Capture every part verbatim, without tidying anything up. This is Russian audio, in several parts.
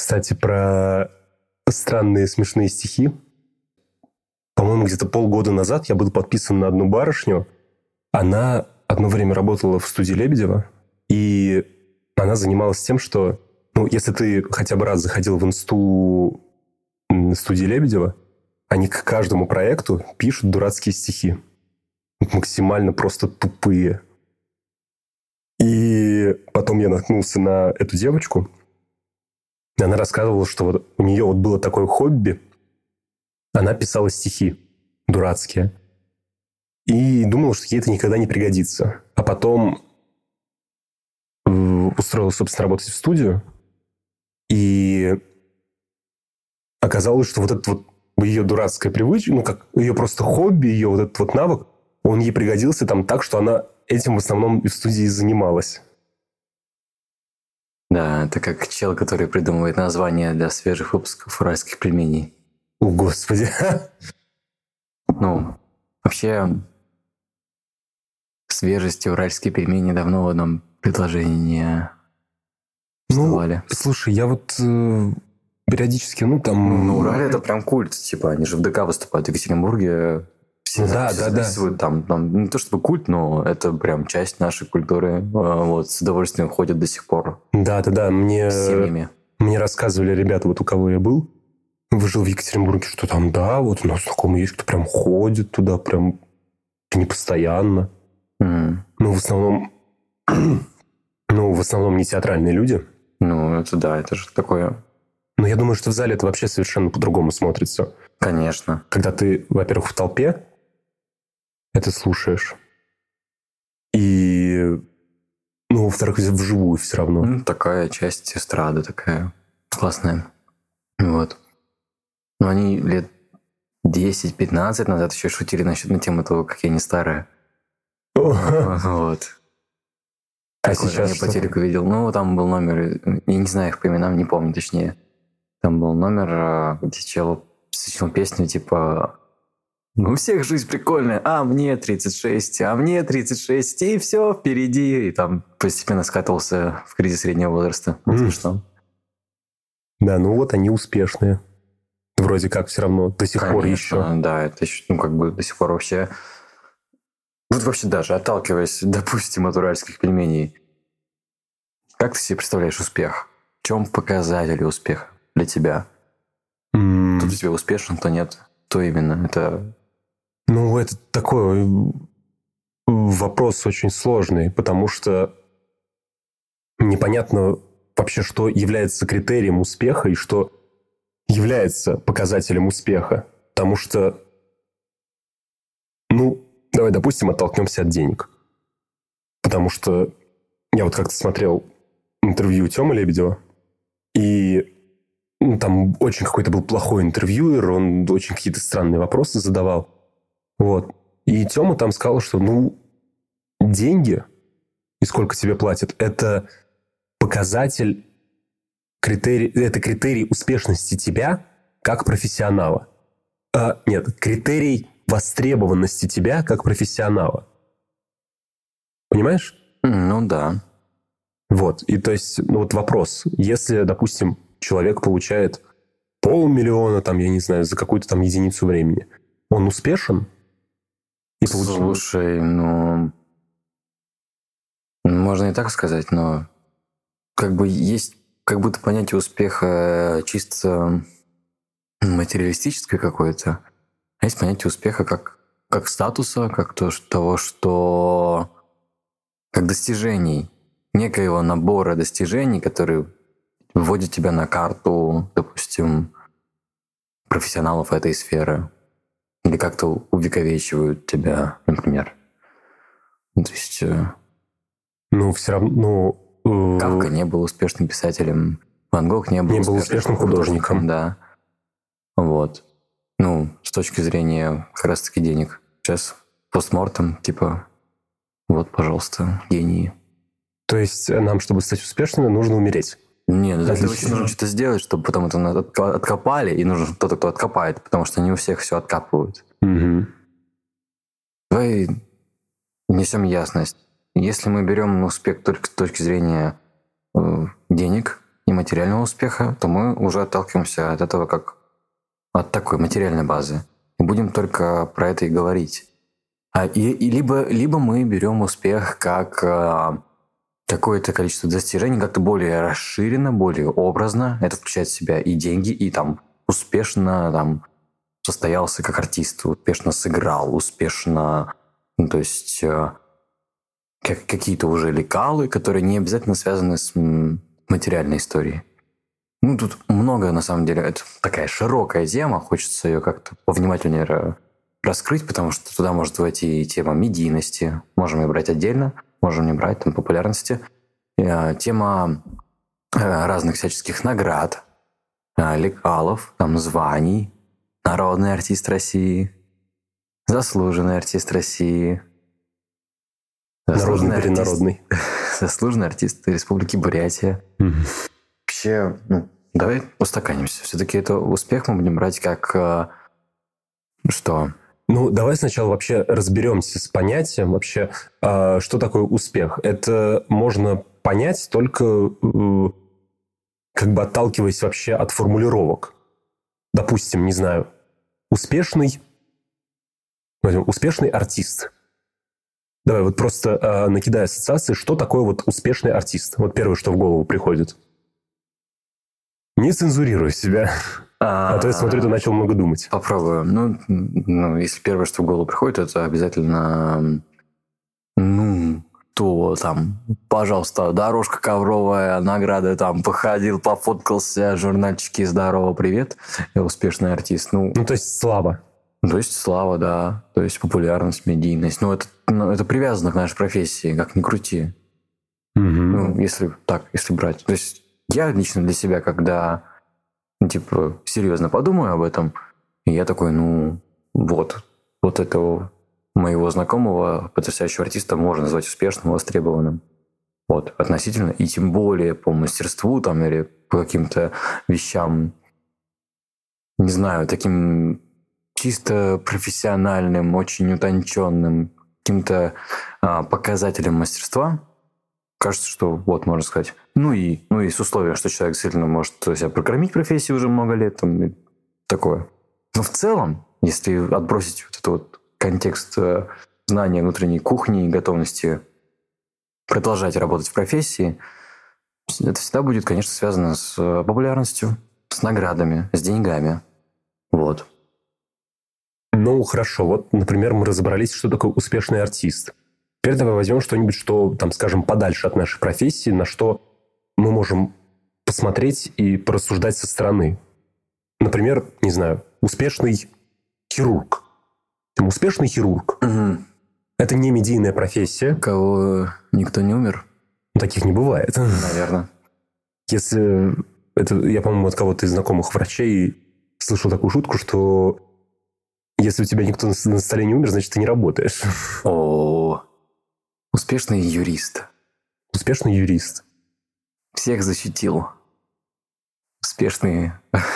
Кстати, про странные смешные стихи. По-моему, где-то полгода назад я был подписан на одну барышню. Она одно время работала в студии Лебедева, и она занималась тем, что, ну, если ты хотя бы раз заходил в инсту студии Лебедева, они к каждому проекту пишут дурацкие стихи. Максимально просто тупые. И потом я наткнулся на эту девочку, и она рассказывала, что вот у нее вот было такое хобби. Она писала стихи дурацкие. И думала, что ей это никогда не пригодится. А потом устроилась, собственно, работать в студию. И оказалось, что вот это вот ее дурацкая привычка, ну, как ее просто хобби, ее вот этот вот навык, он ей пригодился там так, что она этим в основном и в студии занималась. Да, это как чел, который придумывает названия для свежих выпусков уральских пельменей. О, Господи. Ну, вообще, свежести уральские пельмени давно в одном предложении не вставали. Ну, слушай, я вот э, периодически, ну, там... Ну, на Урале это прям культ, типа, они же в ДК выступают, в Екатеринбурге. Все, Ну, да, все да, да. записывают там, там, не то чтобы культ, но это прям часть нашей культуры. Вот, с удовольствием ходят до сих пор. Да, да, да. Мне, с семьями. Мне рассказывали ребята, вот у кого я был, жил в Екатеринбурге, что там, да, вот у нас знакомые есть, кто прям ходит туда, прям не постоянно. Mm. Ну, в основном... ну, в основном не театральные люди. Ну, это да, это же такое... Но я думаю, что в зале это вообще совершенно по-другому смотрится. Конечно. Когда ты, во-первых, в толпе это слушаешь. И, ну, во-вторых, вживую все равно. Ну, такая часть эстрады, такая классная. Вот. Но они лет десять-пятнадцать назад еще шутили насчет на тему того, как я не старая. Вот. А Такое сейчас я что? по телеку видел. Ну, там был номер, я не знаю их по именам, не помню точнее. Там был номер, где чел сочинил песню типа «Ну, у всех жизнь прикольная, а мне тридцать шесть, а мне тридцать шесть, и все впереди». И там постепенно скатывался в кризис среднего возраста. Вот Mm. смешно. Да, ну вот они успешные. Вроде как все равно до сих Конечно, пор еще. Да, это еще, ну, как бы до сих пор вообще... Вот вообще даже отталкиваясь, допустим, от уральских пельменей, как ты себе представляешь успех? В чем показатели успеха для тебя? Mm. Кто для тебя успешен, кто нет? Кто именно? Это... Ну, это такой вопрос очень сложный, потому что непонятно вообще, что является критерием успеха и что является показателем успеха. Потому что, ну, давай, допустим, оттолкнемся от денег. Потому что я вот как-то смотрел интервью Тёмы Лебедева, и ну, там очень какой-то был плохой интервьюер, он очень какие-то странные вопросы задавал. Вот. И Тёма там сказал, что, ну, деньги и сколько тебе платят, это показатель, критерий, это критерий успешности тебя как профессионала. А, нет, критерий востребованности тебя как профессионала. Понимаешь? Ну да. Вот. И то есть, ну вот вопрос. Если, допустим, человек получает полмиллиона, там, я не знаю, за какую-то там единицу времени, он успешен? И Слушай, ну... Можно и так сказать, но как бы есть как будто понятие успеха чисто материалистическое какое-то. А есть понятие успеха как, как статуса, как то, того, что... как достижений. Некоего набора достижений, которые вводят тебя на карту, допустим, профессионалов этой сферы. Или как-то увековечивают тебя, например. То есть... Ну, все равно... Ну, Кафка не был успешным писателем, Ван Гог не был, не успешным, был успешным художником. художником. Да. Вот. Ну, с точки зрения как раз-таки денег. Сейчас постмортем, типа, вот, пожалуйста, гении. То есть нам, чтобы стать успешными, нужно умереть? Не, ну для этого еще нужно что-то сделать, чтобы потом это откопали, и нужен кто-то, кто откопает, потому что не у всех все откапывают. Угу. Давай несем ясность. Если мы берем успех только с точки зрения э, денег, и материального успеха, то мы уже отталкиваемся от этого как от такой материальной базы. И будем только про это и говорить. А, и, и либо, либо мы берем успех как а, какое-то количество достижений, как-то более расширенно, более образно. Это включает в себя и деньги, и там успешно там, состоялся как артист, успешно сыграл, успешно... Ну, то есть а, как, какие-то уже лекалы, которые не обязательно связаны с м, материальной историей. Ну, тут много, на самом деле. Это такая широкая тема. Хочется ее как-то повнимательнее раскрыть, потому что туда может войти и тема медийности. Можем ее брать отдельно, можем не брать, там, популярности. Тема разных всяческих наград, лекалов, там, званий. Народный артист России, заслуженный артист России. Народный, перенародный. Заслуженный артист Республики Бурятия. Вообще, ну, давай устаканимся. Все-таки это успех мы будем брать как э, что? Ну, давай сначала вообще разберемся с понятием вообще, э, что такое успех. Это можно понять только э, как бы отталкиваясь вообще от формулировок. Допустим, не знаю, успешный, успешный артист. Давай вот просто э, накидай ассоциации, что такое вот успешный артист. Вот первое, что в голову приходит. Не цензурируй себя. А, а то я смотрю, ты начал много думать. Попробую. Ну, ну, если первое, что в голову приходит, это обязательно, ну, то там, пожалуйста, дорожка ковровая, награды, там, походил, пофоткался, журнальчики, здорово, привет, я успешный артист. Ну, ну, то есть слава. То есть слава, да. То есть популярность, медийность. Ну, это, ну, это привязано к нашей профессии, как ни крути. Угу. Ну, если так, если брать. То есть я лично для себя, когда, ну, типа, серьезно подумаю об этом, и я такой, ну, вот, вот этого моего знакомого, потрясающего артиста можно назвать успешным, востребованным. Вот, относительно, и тем более по мастерству там или по каким-то вещам, не знаю, таким чисто профессиональным, очень утонченным, каким-то а, показателем мастерства. Кажется, что вот, можно сказать. Ну и, ну и с условием, что человек действительно может себя прокормить в профессии уже много лет, там, и такое. Но в целом, если отбросить вот этот вот контекст знания внутренней кухни и готовности продолжать работать в профессии, это всегда будет, конечно, связано с популярностью, с наградами, с деньгами. Вот. Ну, хорошо. Вот, например, мы разобрались, что такое успешный артист. Теперь давай возьмем что-нибудь, что, там, скажем, подальше от нашей профессии, на что мы можем посмотреть и порассуждать со стороны. Например, не знаю, успешный хирург. Успешный хирург. Угу. Это не медийная профессия. Кого никто не умер? Таких не бывает. Наверное. Если... Это, я, по-моему, от кого-то из знакомых врачей слышал такую шутку, что если у тебя никто на столе не умер, значит, ты не работаешь. О, успешный юрист. Успешный юрист. Всех защитил. Успешный...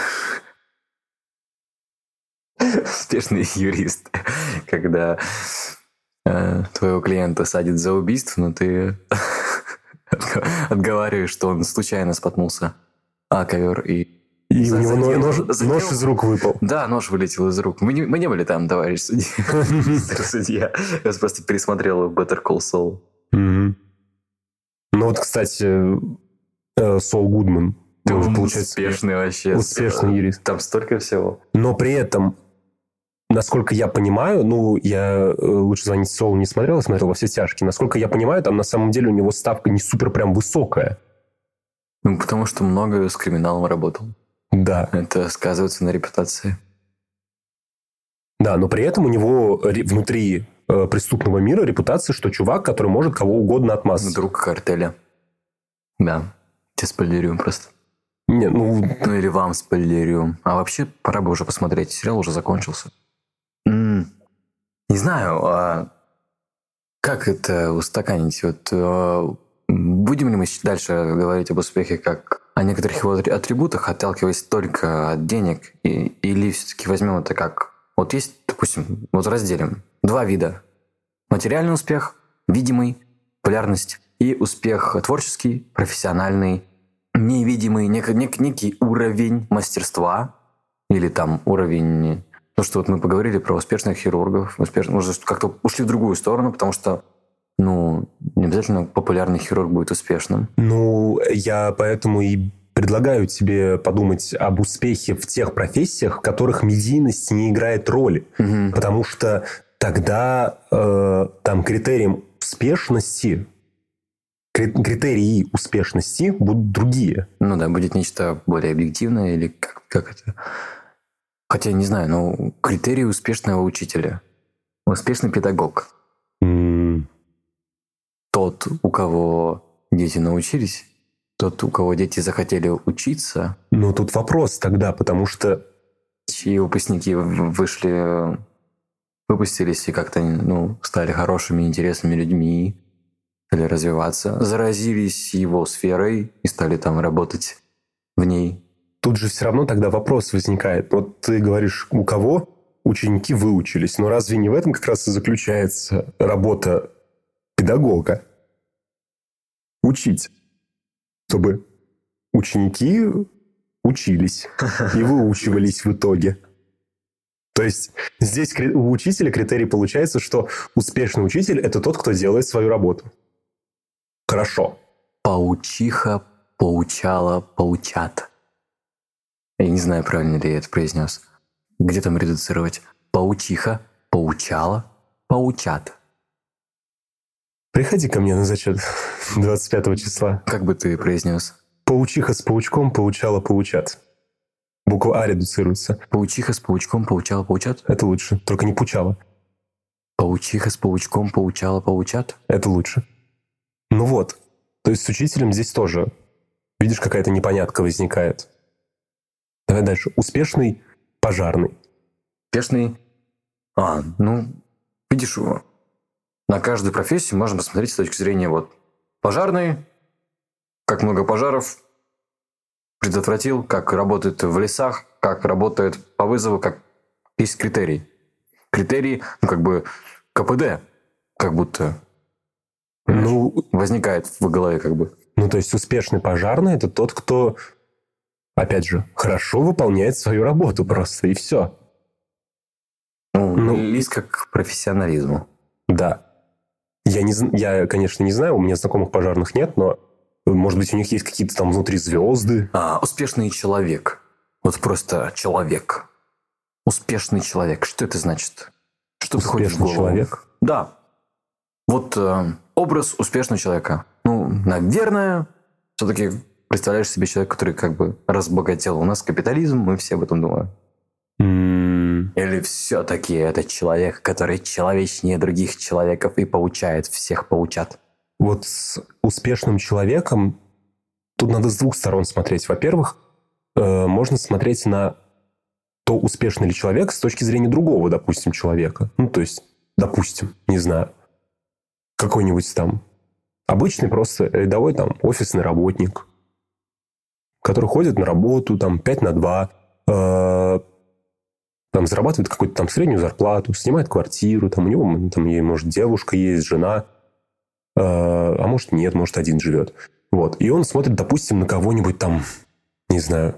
Успешный юрист. Когда э, твоего клиента садят за убийство, но ты отговариваешь, что он случайно споткнулся о ковер и... И у него нож, нож из рук выпал. Да, нож вылетел из рук. Мы не, мы не были там, товарищ судья. Я просто пересмотрел Better Call Saul. Ну вот, кстати, Сол Гудман. Ты уже, получается, успешный вообще. Успешный юрист. Там столько всего. Но при этом, насколько я понимаю, ну, я «Лучше звонить Солу» не смотрел, я смотрел «Во все тяжкие». Насколько я понимаю, там на самом деле у него ставка не супер прям высокая. Ну, потому что много с криминалом работал. Да. Это сказывается на репутации. Да, но при этом у него внутри э, преступного мира репутация, что чувак, который может кого угодно отмазать. Друг картеля. Да. Тебе спойлерю просто. Не, ну... ну или вам спойлерю. А вообще, пора бы уже посмотреть. Сериал уже закончился. М-м. Не знаю, а как это устаканить? Вот, а, будем ли мы дальше говорить об успехе как о некоторых его атрибутах, отталкиваясь только от денег? И, или все-таки возьмем это как... Вот есть, допустим, вот разделим два вида. Материальный успех, видимый, популярность, и успех творческий, профессиональный, невидимый нек, нек, некий уровень мастерства или там уровень... Ну, что вот мы поговорили про успешных хирургов, успешных, может, как-то ушли в другую сторону, потому что, ну, не обязательно популярный хирург будет успешным. Ну, я поэтому и предлагаю тебе подумать об успехе в тех профессиях, в которых медийность не играет роли. Угу. Потому что тогда э, там критерием успешности, критерии успешности будут другие. Ну да, будет нечто более объективное или как, как это... Хотя, не знаю, но критерии успешного учителя. Успешный педагог. Mm. Тот, у кого дети научились, тот, у кого дети захотели учиться. Но тут вопрос тогда, потому что... Чьи выпускники вышли, выпустились и как-то, ну, стали хорошими, интересными людьми, стали развиваться, заразились его сферой и стали там работать в ней. Тут же все равно тогда вопрос возникает. Вот ты говоришь, у кого ученики выучились. Но разве не в этом как раз и заключается работа педагога? Учить. Чтобы ученики учились и выучивались в итоге. То есть здесь у учителя критерий получается, что успешный учитель – это тот, кто делает свою работу. Хорошо. Паучиха поучала паучат. Я не знаю, правильно ли я это произнес. Где там редуцировать? Паучиха поучала паучат. Приходи ко мне на зачет двадцать пятого числа. Как бы ты произнес? Паучиха с паучком поучала паучат. Буква А редуцируется. Паучиха с паучком поучала паучат? Это лучше, только не пучала. Паучиха с паучком поучала паучат? Это лучше. Ну вот. То есть с учителем здесь тоже, видишь, какая-то непонятка возникает. Давай дальше. Успешный пожарный. Успешный... А, ну, видишь, на каждую профессию можно посмотреть с точки зрения вот пожарный, как много пожаров предотвратил, как работает в лесах, как работает по вызову, как есть критерий. Критерии, ну, как бы КПД, как будто ну, возникает в голове как бы. Ну, то есть успешный пожарный – это тот, кто, опять же, хорошо выполняет свою работу просто, и все. Ну, ну близко к профессионализму. Да. Я, не, я, конечно, не знаю, у меня знакомых пожарных нет, но, может быть, у них есть какие-то там внутри звезды. А, успешный человек. Вот просто человек. Успешный человек. Что это значит? Что приходит в голову? Человек? Да. Вот э, образ успешного человека. Ну, наверное, все-таки представляешь себе человека, который как бы разбогател. У нас капитализм, мы все об этом думаем. Mm. Или все-таки это человек, который человечнее других человеков и поучает всех паучат? Вот с успешным человеком тут надо с двух сторон смотреть. Во-первых, э, можно смотреть на то, успешный ли человек с точки зрения другого, допустим, человека. Ну, то есть, допустим, не знаю, какой-нибудь там обычный просто рядовой там офисный работник, который ходит на работу там пять на два, э, там зарабатывает какую-то там среднюю зарплату, снимает квартиру, там у него там, может, девушка есть, жена, э, а может, нет, может, один живет. Вот. И он смотрит, допустим, на кого-нибудь там, не знаю,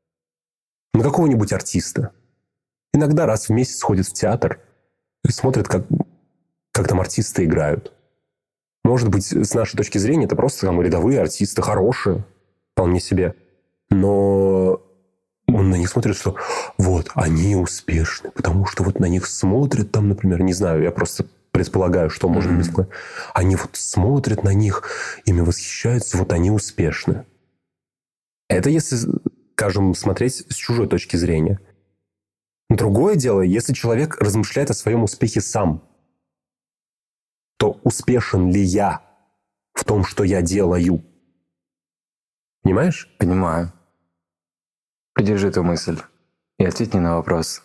на какого-нибудь артиста. Иногда раз в месяц ходит в театр и смотрит, как, как там артисты играют. Может быть, с нашей точки зрения, это просто там рядовые артисты, хорошие, вполне себе. Но он на них смотрит, что вот, они успешны, потому что вот на них смотрят там, например, не знаю, я просто предполагаю, что может mm-hmm. быть. Они вот смотрят на них, ими восхищаются, вот они успешны. Это если, скажем, смотреть с чужой точки зрения. Другое дело, если человек размышляет о своем успехе сам, то успешен ли я в том, что я делаю? Понимаешь? Понимаю. Придержи эту мысль и ответь мне на вопрос.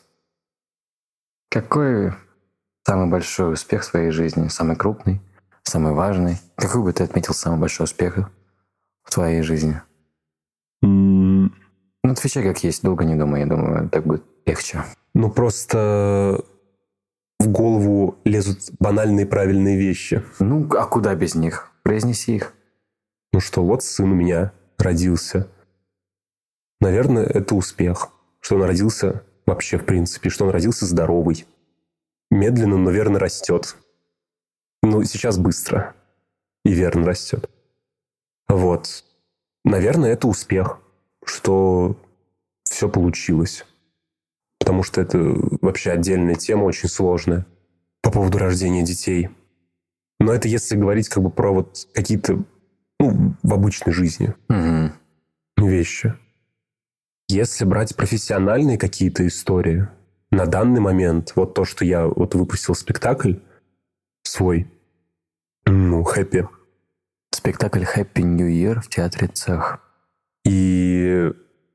Какой самый большой успех в своей жизни? Самый крупный? Самый важный? Какой бы ты отметил самый большой успех в твоей жизни? Mm. Ну, отвечай как есть, долго не думай, я думаю, так будет легче. Ну, просто в голову лезут банальные правильные вещи. Ну, а куда без них? Произнеси их. Ну что, вот сын у меня родился. Наверное, это успех, что он родился вообще в принципе, что он родился здоровый. Медленно, но верно растет. Ну, сейчас быстро и верно растет. Вот. Наверное, это успех, что все получилось. Потому что это вообще отдельная тема, очень сложная, по поводу рождения детей. Но это если говорить как бы про вот какие-то, ну, в обычной жизни Угу. вещи. Если брать профессиональные какие-то истории, на данный момент, вот то, что я вот выпустил спектакль свой, ну, «Хэппи». Спектакль «Happy New Year» в театре «Цех». И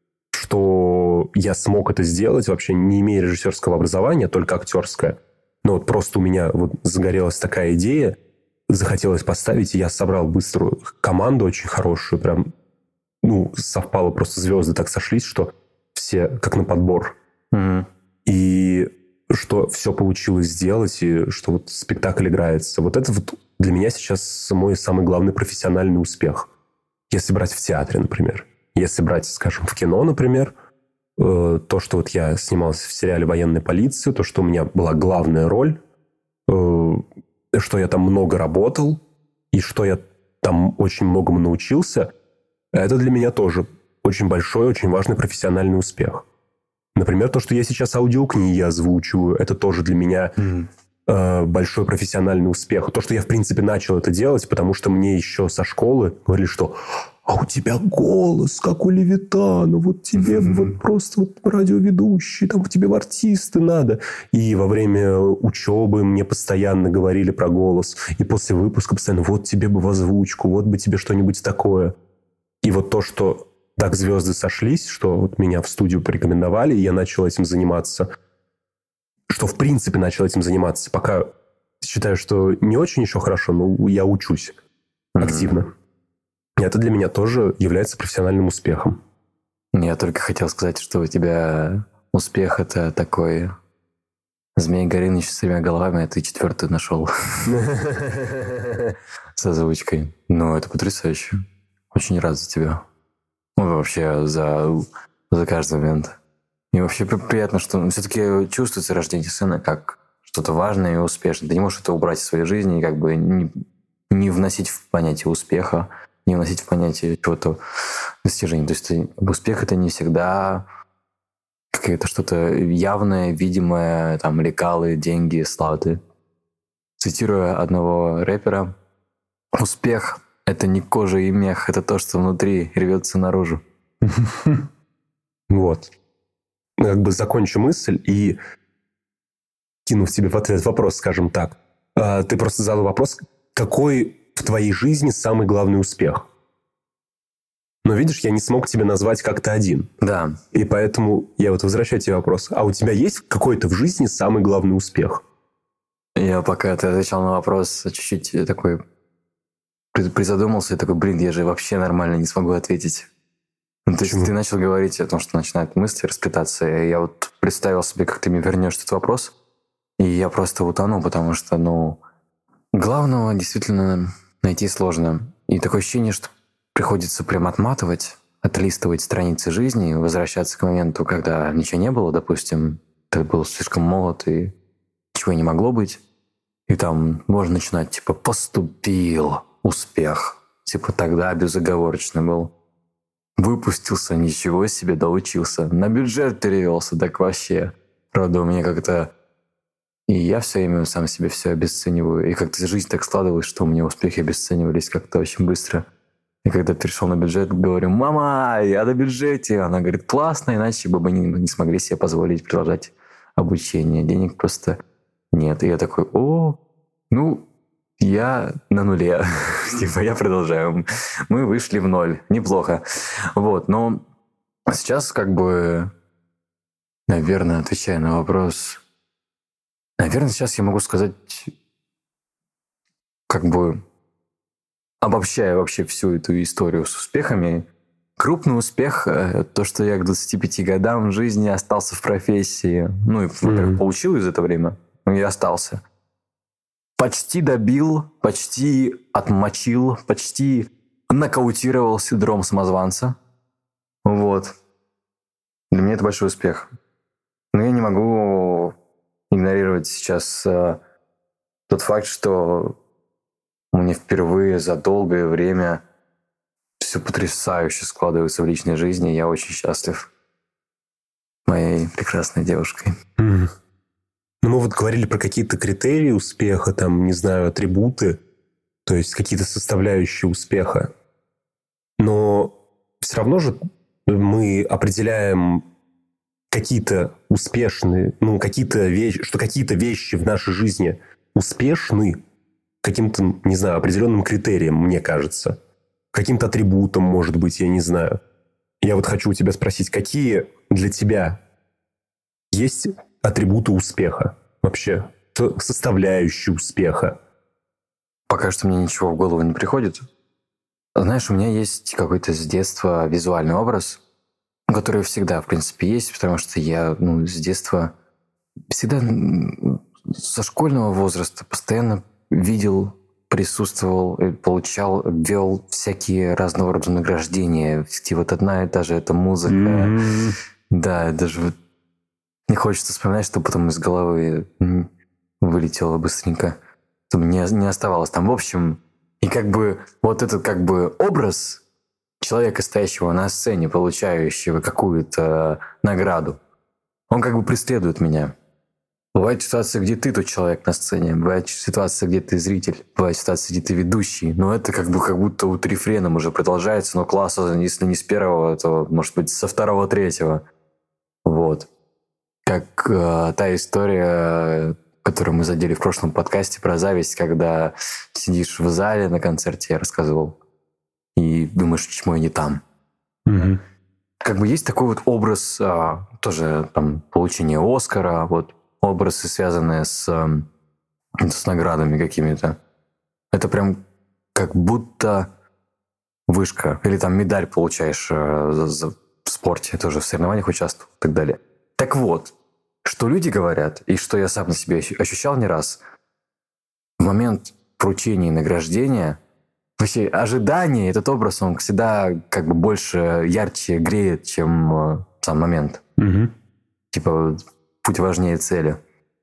что я смог это сделать, вообще не имея режиссерского образования, только актерское. Но вот просто у меня вот загорелась такая идея, захотелось поставить, и я собрал быструю команду очень хорошую, прям, ну, совпало, просто звезды так сошлись, что все как на подбор. Угу. И что все получилось сделать, и что вот спектакль играется. Вот это вот для меня сейчас мой самый главный профессиональный успех. Если брать в театре, например. Если брать, скажем, в кино, например, э, то, что вот я снимался в сериале «Военная полиция», то, что у меня была главная роль, э, что я там много работал, и что я там очень многому научился, это для меня тоже очень большой, очень важный профессиональный успех. Например, то, что я сейчас аудиокниги озвучиваю, это тоже для меня Mm. э, большой профессиональный успех. То, что я, в принципе, начал это делать, потому что мне еще со школы говорили, что «А у тебя голос, как у Левитана, вот тебе Mm-hmm. вот просто вот радиоведущий, там тебе в артисты надо». И во время учебы мне постоянно говорили про голос. И после выпуска постоянно «Вот тебе бы в озвучку, вот бы тебе что-нибудь такое». И вот то, что так звезды сошлись, что вот меня в студию порекомендовали, и я начал этим заниматься. Что, в принципе, начал этим заниматься. Пока считаю, что не очень еще хорошо, но я учусь Mm-hmm. активно. И это для меня тоже является профессиональным успехом. Я только хотел сказать, что у тебя успех — это такой Змей Горыныч с тремя головами, а ты четвертую нашел с озвучкой. Ну, это потрясающе. Очень рад за тебя. Ну, вообще, за, за каждый момент. И вообще при- приятно, что все-таки чувствуется рождение сына как что-то важное и успешное. Ты не можешь это убрать из своей жизни и как бы не, не вносить в понятие успеха, не вносить в понятие чего-то достижения. То есть ты, успех — это не всегда какое-то что-то явное, видимое, там, лекалы, деньги, славы. Цитируя одного рэпера, успех — это не кожа и мех, это то, что внутри рвется наружу. Вот. Как бы закончу мысль и кинув тебе в ответ вопрос, скажем так. А, Ты просто задал вопрос, какой в твоей жизни самый главный успех? Но видишь, я не смог тебе назвать как-то один. Да. И поэтому я вот возвращаю тебе вопрос. А у тебя есть какой-то в жизни самый главный успех? Я пока ты отвечал на вопрос, чуть-чуть такой при- призадумался и такой, блин, я же вообще нормально не смогу ответить. Ну, то есть Почему? ты начал говорить о том, что начинают мысли расплетаться, и я вот представил себе, как ты мне вернешь этот вопрос, и я просто утону, потому что, ну, главного действительно найти сложно. И такое ощущение, что приходится прям отматывать, отлистывать страницы жизни, возвращаться к моменту, когда ничего не было, допустим, ты был слишком молод и ничего не могло быть. И там можно начинать, типа, поступил, успех. Типа, тогда безоговорочно был. Выпустился, ничего себе, доучился. На бюджет перевелся, так вообще. Правда, у меня как-то... И я все время сам себе все обесцениваю. И как-то жизнь так складывалась, что у меня успехи обесценивались как-то очень быстро. И когда перешел на бюджет, говорю, мама, я на бюджете. Она говорит, классно, иначе бы мы не, не смогли себе позволить продолжать обучение. Денег просто нет. И я такой, о, ну, я на нуле. Типа, я продолжаю. Мы вышли в ноль. Неплохо. Вот, но сейчас как бы, наверное, отвечая на вопрос, наверное, сейчас я могу сказать, как бы, обобщая вообще всю эту историю с успехами, крупный успех э, — то, что я к двадцати пяти годам жизни остался в профессии. Ну, и, во-первых, Мгм. получил из это время, но и остался. Почти добил, почти отмочил, почти нокаутировал синдром самозванца. Вот. Для меня это большой успех. Но я не могу игнорировать сейчас э, тот факт, что у меня впервые за долгое время все потрясающе складывается в личной жизни. Я очень счастлив моей прекрасной девушкой. Mm. Ну, мы вот говорили про какие-то критерии успеха, там, не знаю, атрибуты, то есть какие-то составляющие успеха. Но все равно же мы определяем какие-то успешные, ну, какие-то вещи, что какие-то вещи в нашей жизни успешны каким-то, не знаю, определенным критерием, мне кажется. Каким-то атрибутом, может быть, я не знаю. Я вот хочу у тебя спросить, какие для тебя есть атрибуты успеха вообще? Составляющие успеха? Пока что мне ничего в голову не приходит. Знаешь, у меня есть какой-то с детства визуальный образ, который всегда, в принципе, есть, потому что я ну, с детства всегда со школьного возраста постоянно видел, присутствовал, получал, вел всякие разного рода награждения. И вот одна и та же эта музыка. Mm-hmm. Да, даже вот не хочется вспоминать, что потом из головы вылетело быстренько, чтобы не, не оставалось там. В общем, и как бы вот этот как бы образ человека, стоящего на сцене, получающего какую-то награду, он как бы преследует меня. Бывают ситуации, где ты тот человек на сцене, бывают ситуации, где ты зритель, бывают ситуации, где ты ведущий, но это как бы как будто вот рефреном уже продолжается, но класса, если не с первого, то, может быть, со второго, третьего. Вот. Как э, та история, которую мы задели в прошлом подкасте про зависть, когда сидишь в зале на концерте, я рассказывал, и думаешь, почему я не там. Mm-hmm. Как бы есть такой вот образ а, тоже там получения Оскара, вот образы, связанные с, с наградами какими-то. Это прям как будто вышка. Или там медаль получаешь а, за, за, в спорте, тоже в соревнованиях участвовал и так далее. Так вот, что люди говорят, и что я сам на себе ощущал не раз, в момент вручения и награждения вообще ожидание, этот образ, он всегда как бы больше, ярче греет, чем э, сам момент. Mm-hmm. Типа, путь важнее цели.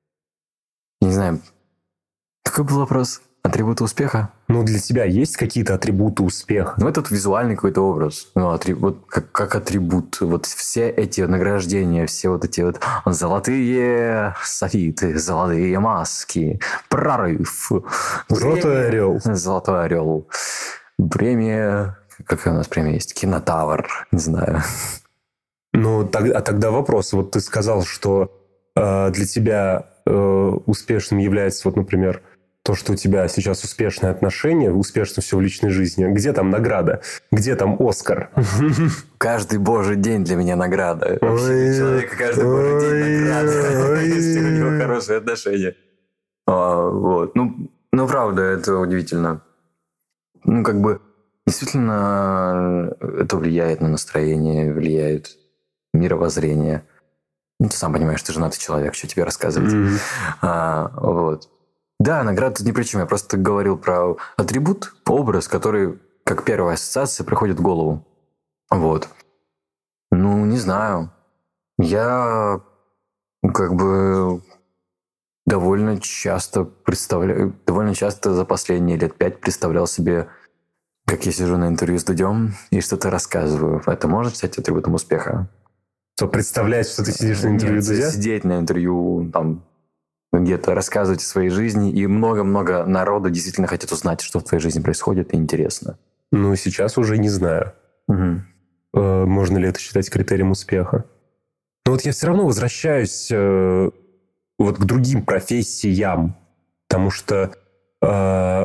Не знаю, какой был вопрос? Атрибуты успеха? Ну, для тебя есть какие-то атрибуты успеха? Ну, это визуальный какой-то образ. Ну, атрибут, вот как, как атрибут. Вот все эти награждения, все вот эти вот золотые софиты, золотые маски, прорыв. Золотой орел. Золотой орел. Премия... Какая у нас премия есть? Кинотавр. Не знаю. Ну, так, а тогда вопрос. Вот ты сказал, что э, для тебя э, успешным является, вот, например, то, что у тебя сейчас успешные отношения, успешно все в личной жизни. Где там награда? Где там Оскар? Каждый божий день для меня награда. Вообще, человек каждый божий день награда, если у него хорошие отношения. А, вот. Ну, ну, правда, это удивительно. Ну, как бы, действительно, это влияет на настроение, влияет мировоззрение. Ну, ты сам понимаешь, ты женатый человек, что тебе рассказывать. Mm-hmm. А, вот. Да, награда тут ни при чем. Я просто говорил про атрибут, образ, который, как первая ассоциация, приходит в голову. Вот. Ну, не знаю. Я как бы довольно часто представляю, довольно часто за последние лет пять представлял себе, как я сижу на интервью с Дудем и что-то рассказываю. Это может стать атрибутом успеха? Что, представлять, что ты сидишь на интервью Дудя? Сидеть на интервью, там, где-то рассказывать о своей жизни, и много-много народу действительно хотят узнать, что в твоей жизни происходит, и интересно. Ну, сейчас уже не знаю. Угу. Э, можно ли это считать критерием успеха. Но вот я все равно возвращаюсь э, вот к другим профессиям, потому что э,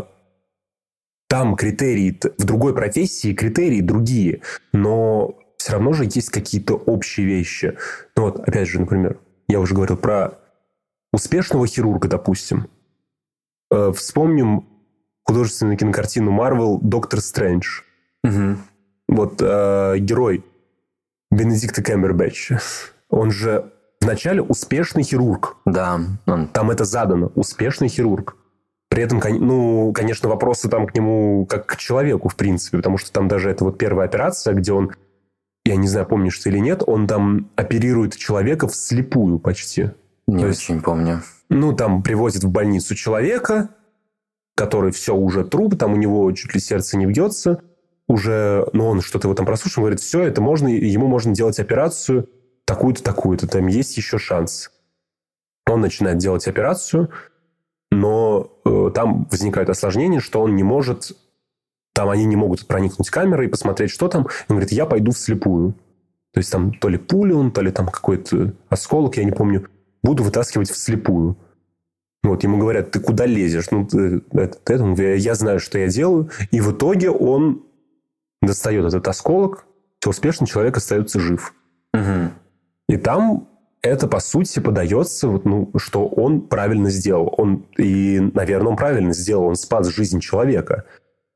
там критерии, в другой профессии критерии другие, но все равно же есть какие-то общие вещи. Ну вот, опять же, например, я уже говорил про успешного хирурга, допустим. Э, вспомним художественную кинокартину Marvel «Доктор Стрэндж». Угу. Вот э, герой Бенедикта Камбербэтч, он же вначале успешный хирург. Да. Он... Там это задано. Успешный хирург. При этом, ну, конечно, вопросы там к нему как к человеку, в принципе, потому что там даже это вот первая операция, где он, я не знаю, помнишь ты или нет, он там оперирует человека вслепую почти. Не То очень есть, помню. Ну, там привозят в больницу человека, который все уже труп, там у него чуть ли сердце не бьется, уже, ну, он что-то его там прослушал, говорит, все, это можно, ему можно делать операцию такую-то, такую-то, там есть еще шанс. Он начинает делать операцию, но э, там возникают осложнения, что он не может, там они не могут проникнуть камерой и посмотреть, что там. Он говорит, я пойду вслепую. То есть там то ли пуля он, то ли там какой-то осколок, я не помню. Буду вытаскивать вслепую. Вот, ему говорят, ты куда лезешь? Ну, ты, это, это. Он говорит, я знаю, что я делаю. И в итоге он достает этот осколок, все успешно, человек остается жив. Угу. И там это, по сути, подается, вот, ну, что он правильно сделал. Он, и, наверное, он правильно сделал. Он спас жизнь человека.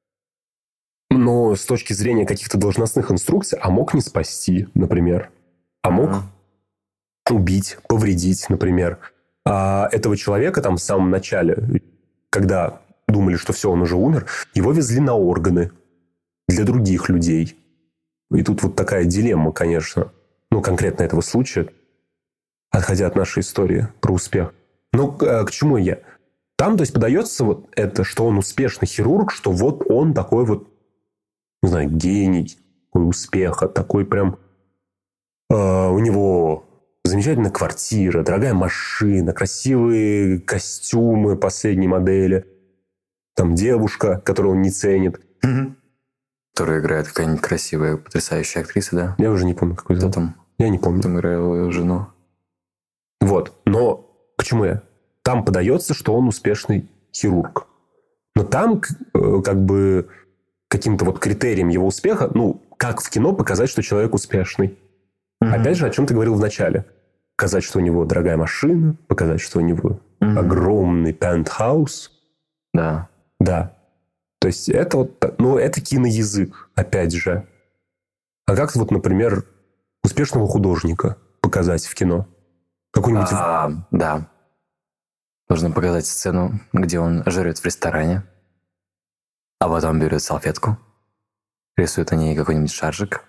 Но с точки зрения каких-то должностных инструкций, а мог не спасти, например. А мог mm-hmm. убить, повредить, например. А этого человека там в самом начале, когда думали, что все, он уже умер, его везли на органы для других людей. И тут вот такая дилемма, конечно. Ну, конкретно этого случая, отходя от нашей истории про успех. Ну, к, к чему я? Там, то есть, подается вот это, что он успешный хирург, что вот он такой вот, не знаю, гений, такой успеха, такой прям... Э, у него замечательная квартира, дорогая машина, красивые костюмы последней модели. Там девушка, которую он не ценит. Mm-hmm. Которая играет какая-нибудь красивая, потрясающая актриса, да? Я уже не помню, какой Кто там? Я не помню. Там играла его жену. Вот. Но к чему я? Там подается, что он успешный хирург. Но там как бы каким-то вот критерием его успеха, ну, как в кино показать, что человек успешный. Mm-hmm. Опять же, о чем ты говорил в начале. Показать, что у него дорогая машина, показать, что у него mm-hmm. огромный пентхаус. Да. Да. То есть это вот, ну, это киноязык, опять же. А как вот, например, успешного художника показать в кино? Какой-нибудь... А, да. Нужно показать сцену, где он жрет в ресторане, а потом берет салфетку, рисует на ней какой-нибудь шаржик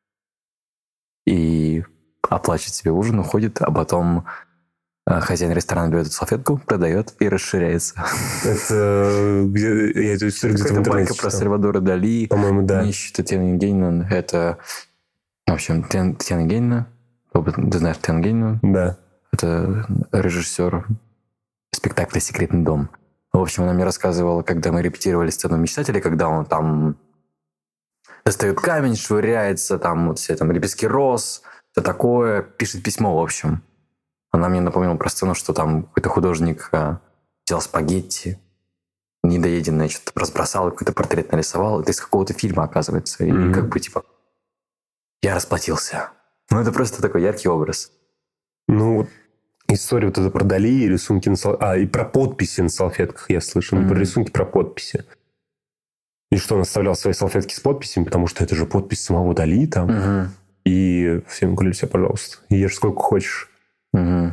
и оплачивает себе ужин, уходит, а потом хозяин ресторана берет эту салфетку, продает и расширяется. Это... Я эту историю где-то в интернете байка про Сальвадора Дали. По-моему, да. Нищий Татьяна Евгеньевна. Это... В общем, Татьяна Евгеньевна. Ты знаешь Татьяну Евгеньевну? Да. Это режиссер спектакля «Секретный дом». В общем, она мне рассказывала, когда мы репетировали сцену «Мечтателей», когда он там достает камень, швыряется, там вот все там лепестки роз, все такое, пишет письмо, в общем. Она мне напомнила про сцену, что там какой-то художник а, взял спагетти, недоеденное, что-то разбросал, какой-то портрет нарисовал. Это из какого-то фильма, оказывается. И mm-hmm. как бы типа я расплатился. Ну, это просто такой яркий образ. Ну, история вот эта про Дали и рисунки на салфетках. А, и про подписи на салфетках я слышал. Mm-hmm. Про рисунки, про подписи. И что он оставлял свои салфетки с подписями, потому что это же подпись самого Дали там. Mm-hmm. И всем говорили, все, пожалуйста, ешь сколько хочешь. Угу.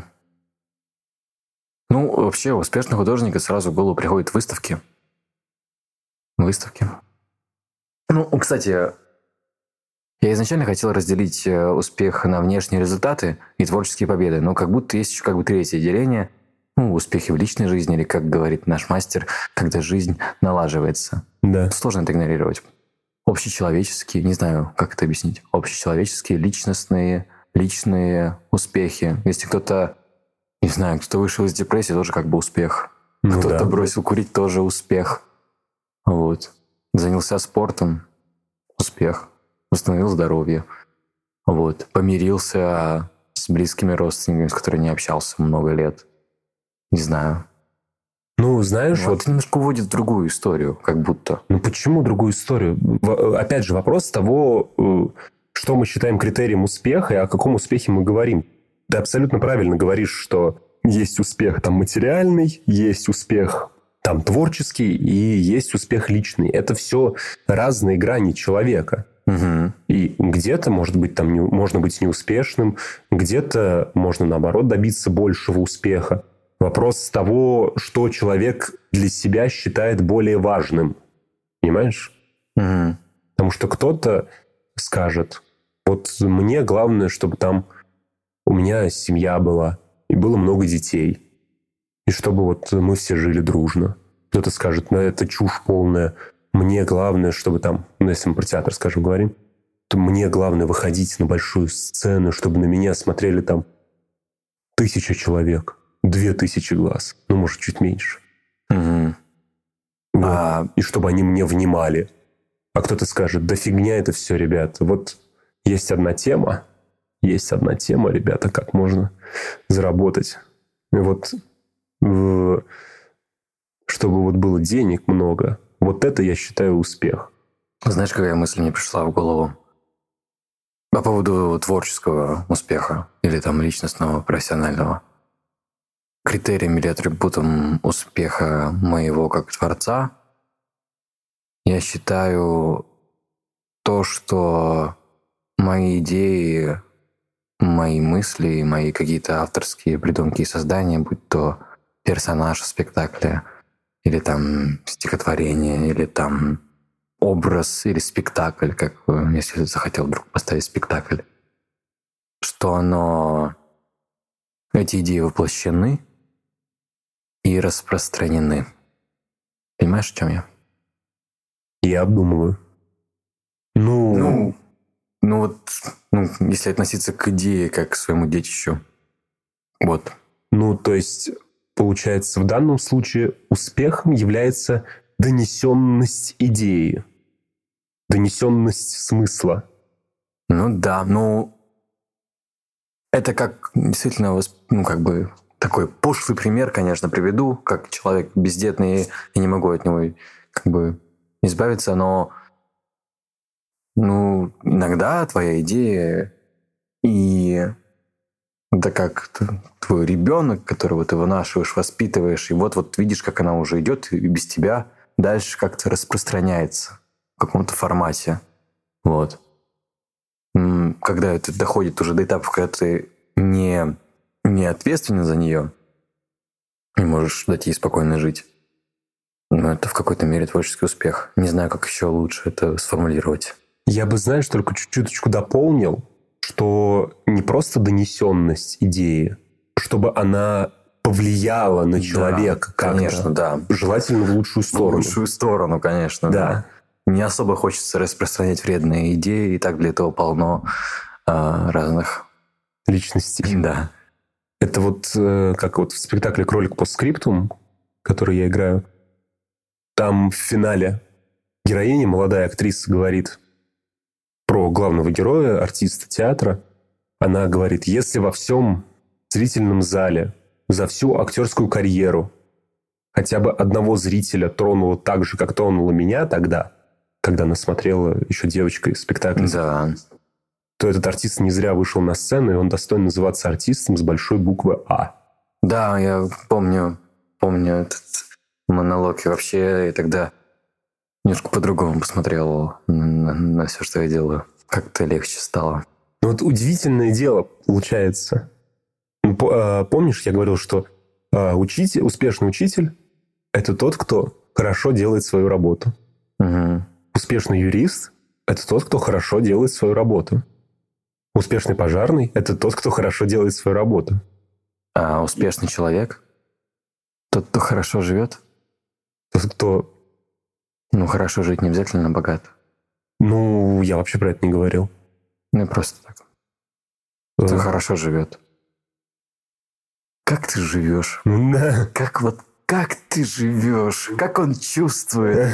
Ну, вообще, у успешного художника сразу в голову приходят выставки. Выставки. Ну, кстати, я изначально хотел разделить успех на внешние результаты и творческие победы, но как будто есть еще как бы третье деление. Ну, успехи в личной жизни, или, как говорит наш мастер, когда жизнь налаживается. Да. Сложно это игнорировать. Общечеловеческие, не знаю, как это объяснить, общечеловеческие, личностные, личные успехи. Если кто-то, не знаю, кто-то вышел из депрессии, тоже как бы успех. Ну, кто-то да. бросил курить, тоже успех. Вот. Занялся спортом, успех. Восстановил здоровье. Вот. Помирился с близкими родственниками, с которыми не общался много лет. Не знаю. Ну, знаешь, вот... Это немножко уводит в другую историю, как будто. Ну, почему другую историю? Опять же, вопрос того, что мы считаем критерием успеха и о каком успехе мы говорим. Ты абсолютно правильно говоришь, что есть успех там материальный, есть успех там творческий и есть успех личный. Это все разные грани человека. Угу. И где-то, может быть, там не, можно быть неуспешным, где-то можно, наоборот, добиться большего успеха. Вопрос того, что человек для себя считает более важным. Понимаешь? Угу. Потому что кто-то скажет, вот мне главное, чтобы там у меня семья была, и было много детей, и чтобы вот мы все жили дружно. Кто-то скажет, ну это чушь полная, мне главное, чтобы там, ну если мы про театр, скажем, говорим, то мне главное выходить на большую сцену, чтобы на меня смотрели там тысяча человек, две тысячи глаз, ну может чуть меньше. Угу. Вот. А... И чтобы они мне внимали. А кто-то скажет, да фигня это все, ребята. Вот есть одна тема, есть одна тема, ребята, как можно заработать. И вот чтобы вот было денег много, вот это, я считаю, успех. Знаешь, какая мысль мне пришла в голову? По поводу творческого успеха или там личностного, профессионального. Критерием или атрибутом успеха моего как творца я считаю то, что мои идеи, мои мысли, мои какие-то авторские придумки и создания, будь то персонаж в спектакле, или там стихотворение, или там образ, или спектакль, как если захотел вдруг поставить спектакль, что оно, эти идеи воплощены и распространены. Понимаешь, о чем я? Я обдумываю. Ну, ну, ну вот, ну, если относиться к идее как к своему детищу. Вот. Ну, то есть, получается, в данном случае успехом является донесенность идеи, донесенность смысла. Ну да, ну это как действительно, ну как бы такой пошлый пример, конечно, приведу, как человек бездетный, я не могу от него как бы избавиться, но ну иногда твоя идея и это как твой ребенок, которого ты вынашиваешь, воспитываешь, и вот-вот видишь, как она уже идет и без тебя дальше как-то распространяется в каком-то формате. Вот. Когда это доходит уже до этапа, когда ты не, не ответственен за нее и можешь дать ей спокойно жить, но это в какой-то мере творческий успех. Не знаю, как еще лучше это сформулировать. Я бы, знаешь, только чуть-чуточку дополнил, что не просто донесенность идеи, чтобы она повлияла на человека, да, конечно, да. Желательно в лучшую сторону. В лучшую сторону, конечно, да. да. Не особо хочется распространять вредные идеи, и так для этого полно э, разных личностей. Да. Это вот э, как вот в спектакле «Кролик постскриптум», который я играю, там в финале героиня, молодая актриса, говорит про главного героя, артиста театра. Она говорит, если во всем зрительном зале за всю актерскую карьеру хотя бы одного зрителя тронуло так же, как тронуло меня тогда, когда она смотрела еще девочкой спектакль, да. то этот артист не зря вышел на сцену, и он достоин называться артистом с большой буквы «А». Да, я помню, помню этот монолог. И вообще я тогда немножко по-другому посмотрел на, на, на все, что я делаю. Как-то легче стало. Ну вот удивительное дело получается. Помнишь, я говорил, что учитель, успешный учитель – это тот, кто хорошо делает свою работу. Угу. Успешный юрист – это тот, кто хорошо делает свою работу. Успешный пожарный – это тот, кто хорошо делает свою работу. А успешный человек – тот, кто хорошо живет? Тот, кто… Ну, хорошо жить не обязательно богат. Ну, я вообще про это не говорил. Ну, просто так. Кто хорошо живет. Как ты живешь? Да. Как вот, как ты живешь? Как он чувствует?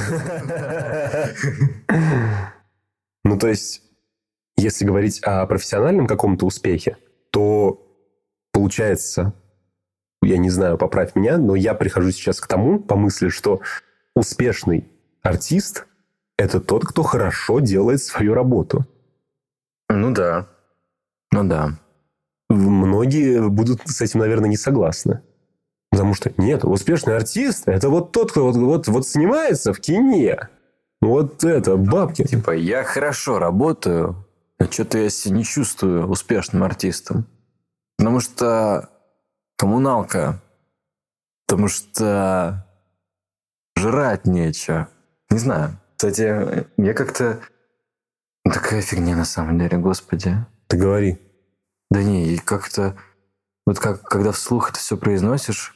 Ну, то есть, если говорить о профессиональном каком-то успехе, то получается, я не знаю, поправь меня, но я прихожу сейчас к тому, по мысли, что успешный артист – это тот, кто хорошо делает свою работу. Ну да. Ну да. Многие будут с этим, наверное, не согласны. Потому что нет, успешный артист – это вот тот, кто вот, вот, вот снимается в кине. Вот это, бабки. Типа, я хорошо работаю, но что-то я себя не чувствую успешным артистом. Потому что коммуналка, потому что жрать нечего. Не знаю. Кстати, я как-то... Такая фигня на самом деле, господи. Ты говори. Да не, и как-то... Вот как, когда вслух это все произносишь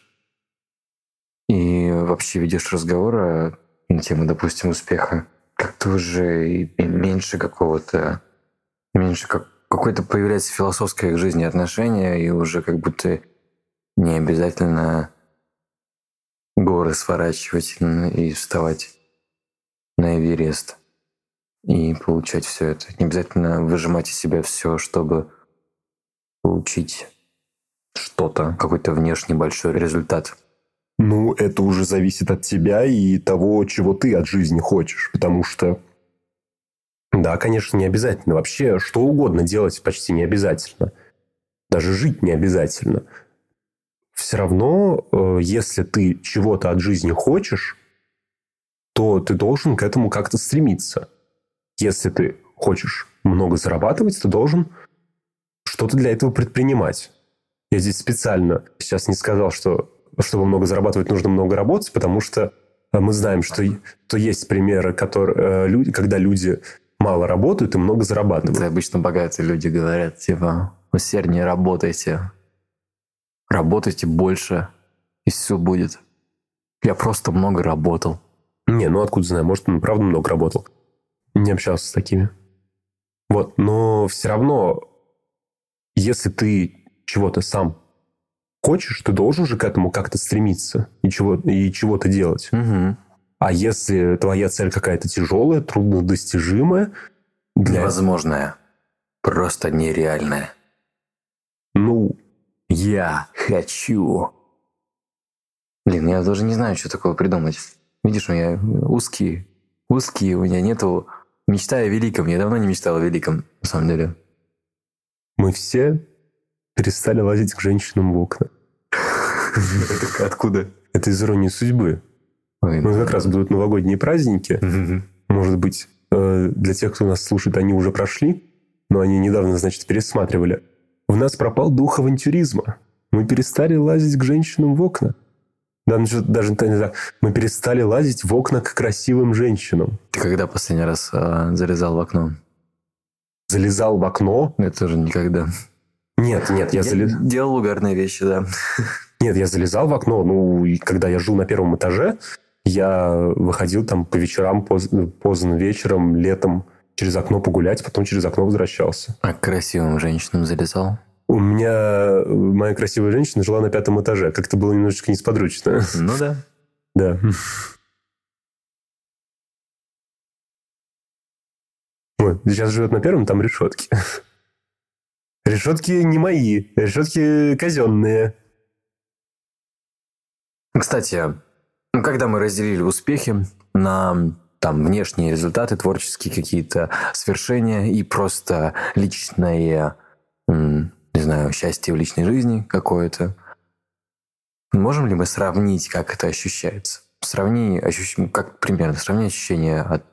и вообще ведешь разговор на тему, допустим, успеха, как-то уже и меньше какого-то... Меньше как, какое-то появляется философское к жизни отношение, и уже как будто не обязательно горы сворачивать и вставать на Эверест и получать все это. Не обязательно выжимать из себя все, чтобы получить что-то, какой-то внешний большой результат. Ну, это уже зависит от тебя и того, чего ты от жизни хочешь. Потому что, да, конечно, не обязательно. Вообще, что угодно делать почти не обязательно. Даже жить не обязательно. Все равно, если ты чего-то от жизни хочешь, то ты должен к этому как-то стремиться. Если ты хочешь много зарабатывать, ты должен что-то для этого предпринимать. Я здесь специально сейчас не сказал, что чтобы много зарабатывать, нужно много работать, потому что мы знаем, что, что есть примеры, которые, люди, когда люди мало работают и много зарабатывают. Это обычно богатые люди говорят, типа, усерднее работайте, работайте больше, и все будет. Я просто много работал. Не, ну откуда знаю, может, он правда много работал. Не общался с такими. Вот, но все равно, если ты чего-то сам хочешь, ты должен же к этому как-то стремиться и, чего, и чего-то делать. Угу. А если твоя цель какая-то тяжелая, труднодостижимая... Для... Невозможная. Просто нереальная. Ну... Я хочу. Блин, я даже не знаю, что такое придумать. Видишь, у меня узкие. Узкие, у меня нету... Мечта о великом. Я давно не мечтал о великом, на самом деле. Мы все перестали лазить к женщинам в окна. Это откуда? Это из «Иронии судьбы». Ну, как раз будут новогодние праздники. Может быть, для тех, кто нас слушает, они уже прошли, но они недавно, значит, пересматривали. В нас пропал дух авантюризма. Мы перестали лазить к женщинам в окна. Даже, даже не так. Мы перестали лазить в окна к красивым женщинам. Ты когда последний раз а, залезал в окно? Залезал в окно? Я тоже никогда. Нет, нет, я, я залез... делал угарные вещи, да. Нет, я залезал в окно. Ну, и когда я жил на первом этаже, я выходил там по вечерам, поздно, поздно вечером, летом через окно погулять, потом через окно возвращался. А к красивым женщинам залезал? У меня моя красивая женщина жила на пятом этаже. Как-то было немножечко несподручно. Ну да. Да. Вот, сейчас живет на первом, там решетки. Решетки не мои, решетки казенные. Кстати, когда мы разделили успехи на там внешние результаты, творческие какие-то свершения и просто личное, не знаю, счастье в личной жизни какое-то, можем ли мы сравнить, как это ощущается? Сравни, ощущ... как примерно, сравни ощущения от,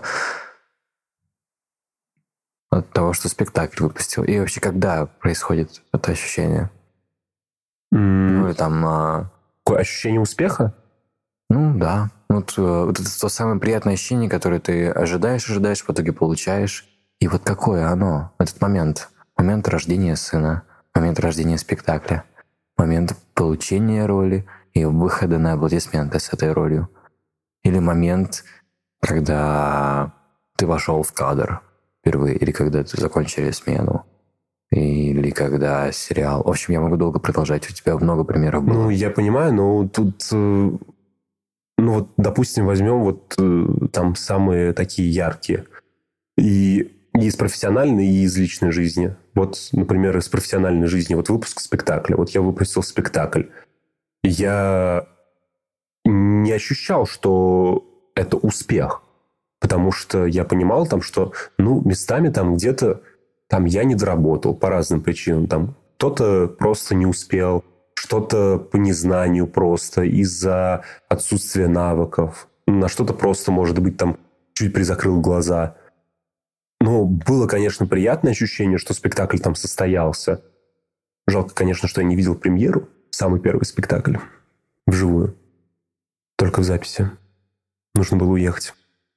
от того, что спектакль выпустил, и вообще когда происходит это ощущение? Mm. Ну или там... Какое ощущение успеха? Ну да. Вот, вот это то самое приятное ощущение, которое ты ожидаешь, ожидаешь, в итоге получаешь. И вот какое оно, этот момент? Момент рождения сына, момент рождения спектакля, момент получения роли и выхода на аплодисменты с этой ролью. Или момент, когда ты вошел в кадр впервые, или когда ты закончили смену. Или когда сериал... В общем, я могу долго продолжать. У тебя много примеров было. Ну, я понимаю, но тут... Ну, вот, допустим, возьмем вот там самые такие яркие. И, и из профессиональной, и из личной жизни. Вот, например, из профессиональной жизни. Вот выпуск спектакля. Вот я выпустил спектакль. Я не ощущал, что это успех. Потому что я понимал там, что, ну, местами там где-то там я не доработал по разным причинам. Там кто-то просто не успел, что-то по незнанию просто, из-за отсутствия навыков. На что-то просто, может быть, там чуть призакрыл глаза. Но было, конечно, приятное ощущение, что спектакль там состоялся. Жалко, конечно, что я не видел премьеру. Самый первый спектакль. Вживую. Только в записи. нужно было уехать.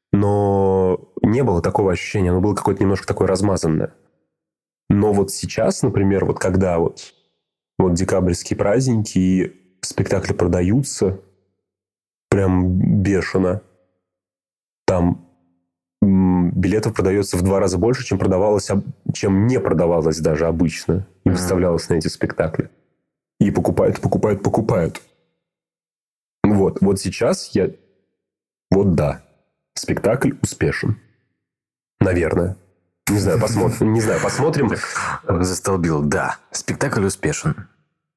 Но не было такого ощущения, оно было какое-то немножко такое размазанное. Но вот сейчас, например, вот когда вот, вот декабрьские праздники, и спектакли продаются прям бешено, там м, билетов продается в два раза больше, чем продавалось, об- чем не продавалось даже обычно, не Мгм. выставлялось на эти спектакли. И покупают, покупают, покупают. Вот, вот сейчас я... Вот да, спектакль успешен. Наверное. Не знаю, посмотрим. Не знаю, посмотрим. Застолбил, да. Спектакль успешен.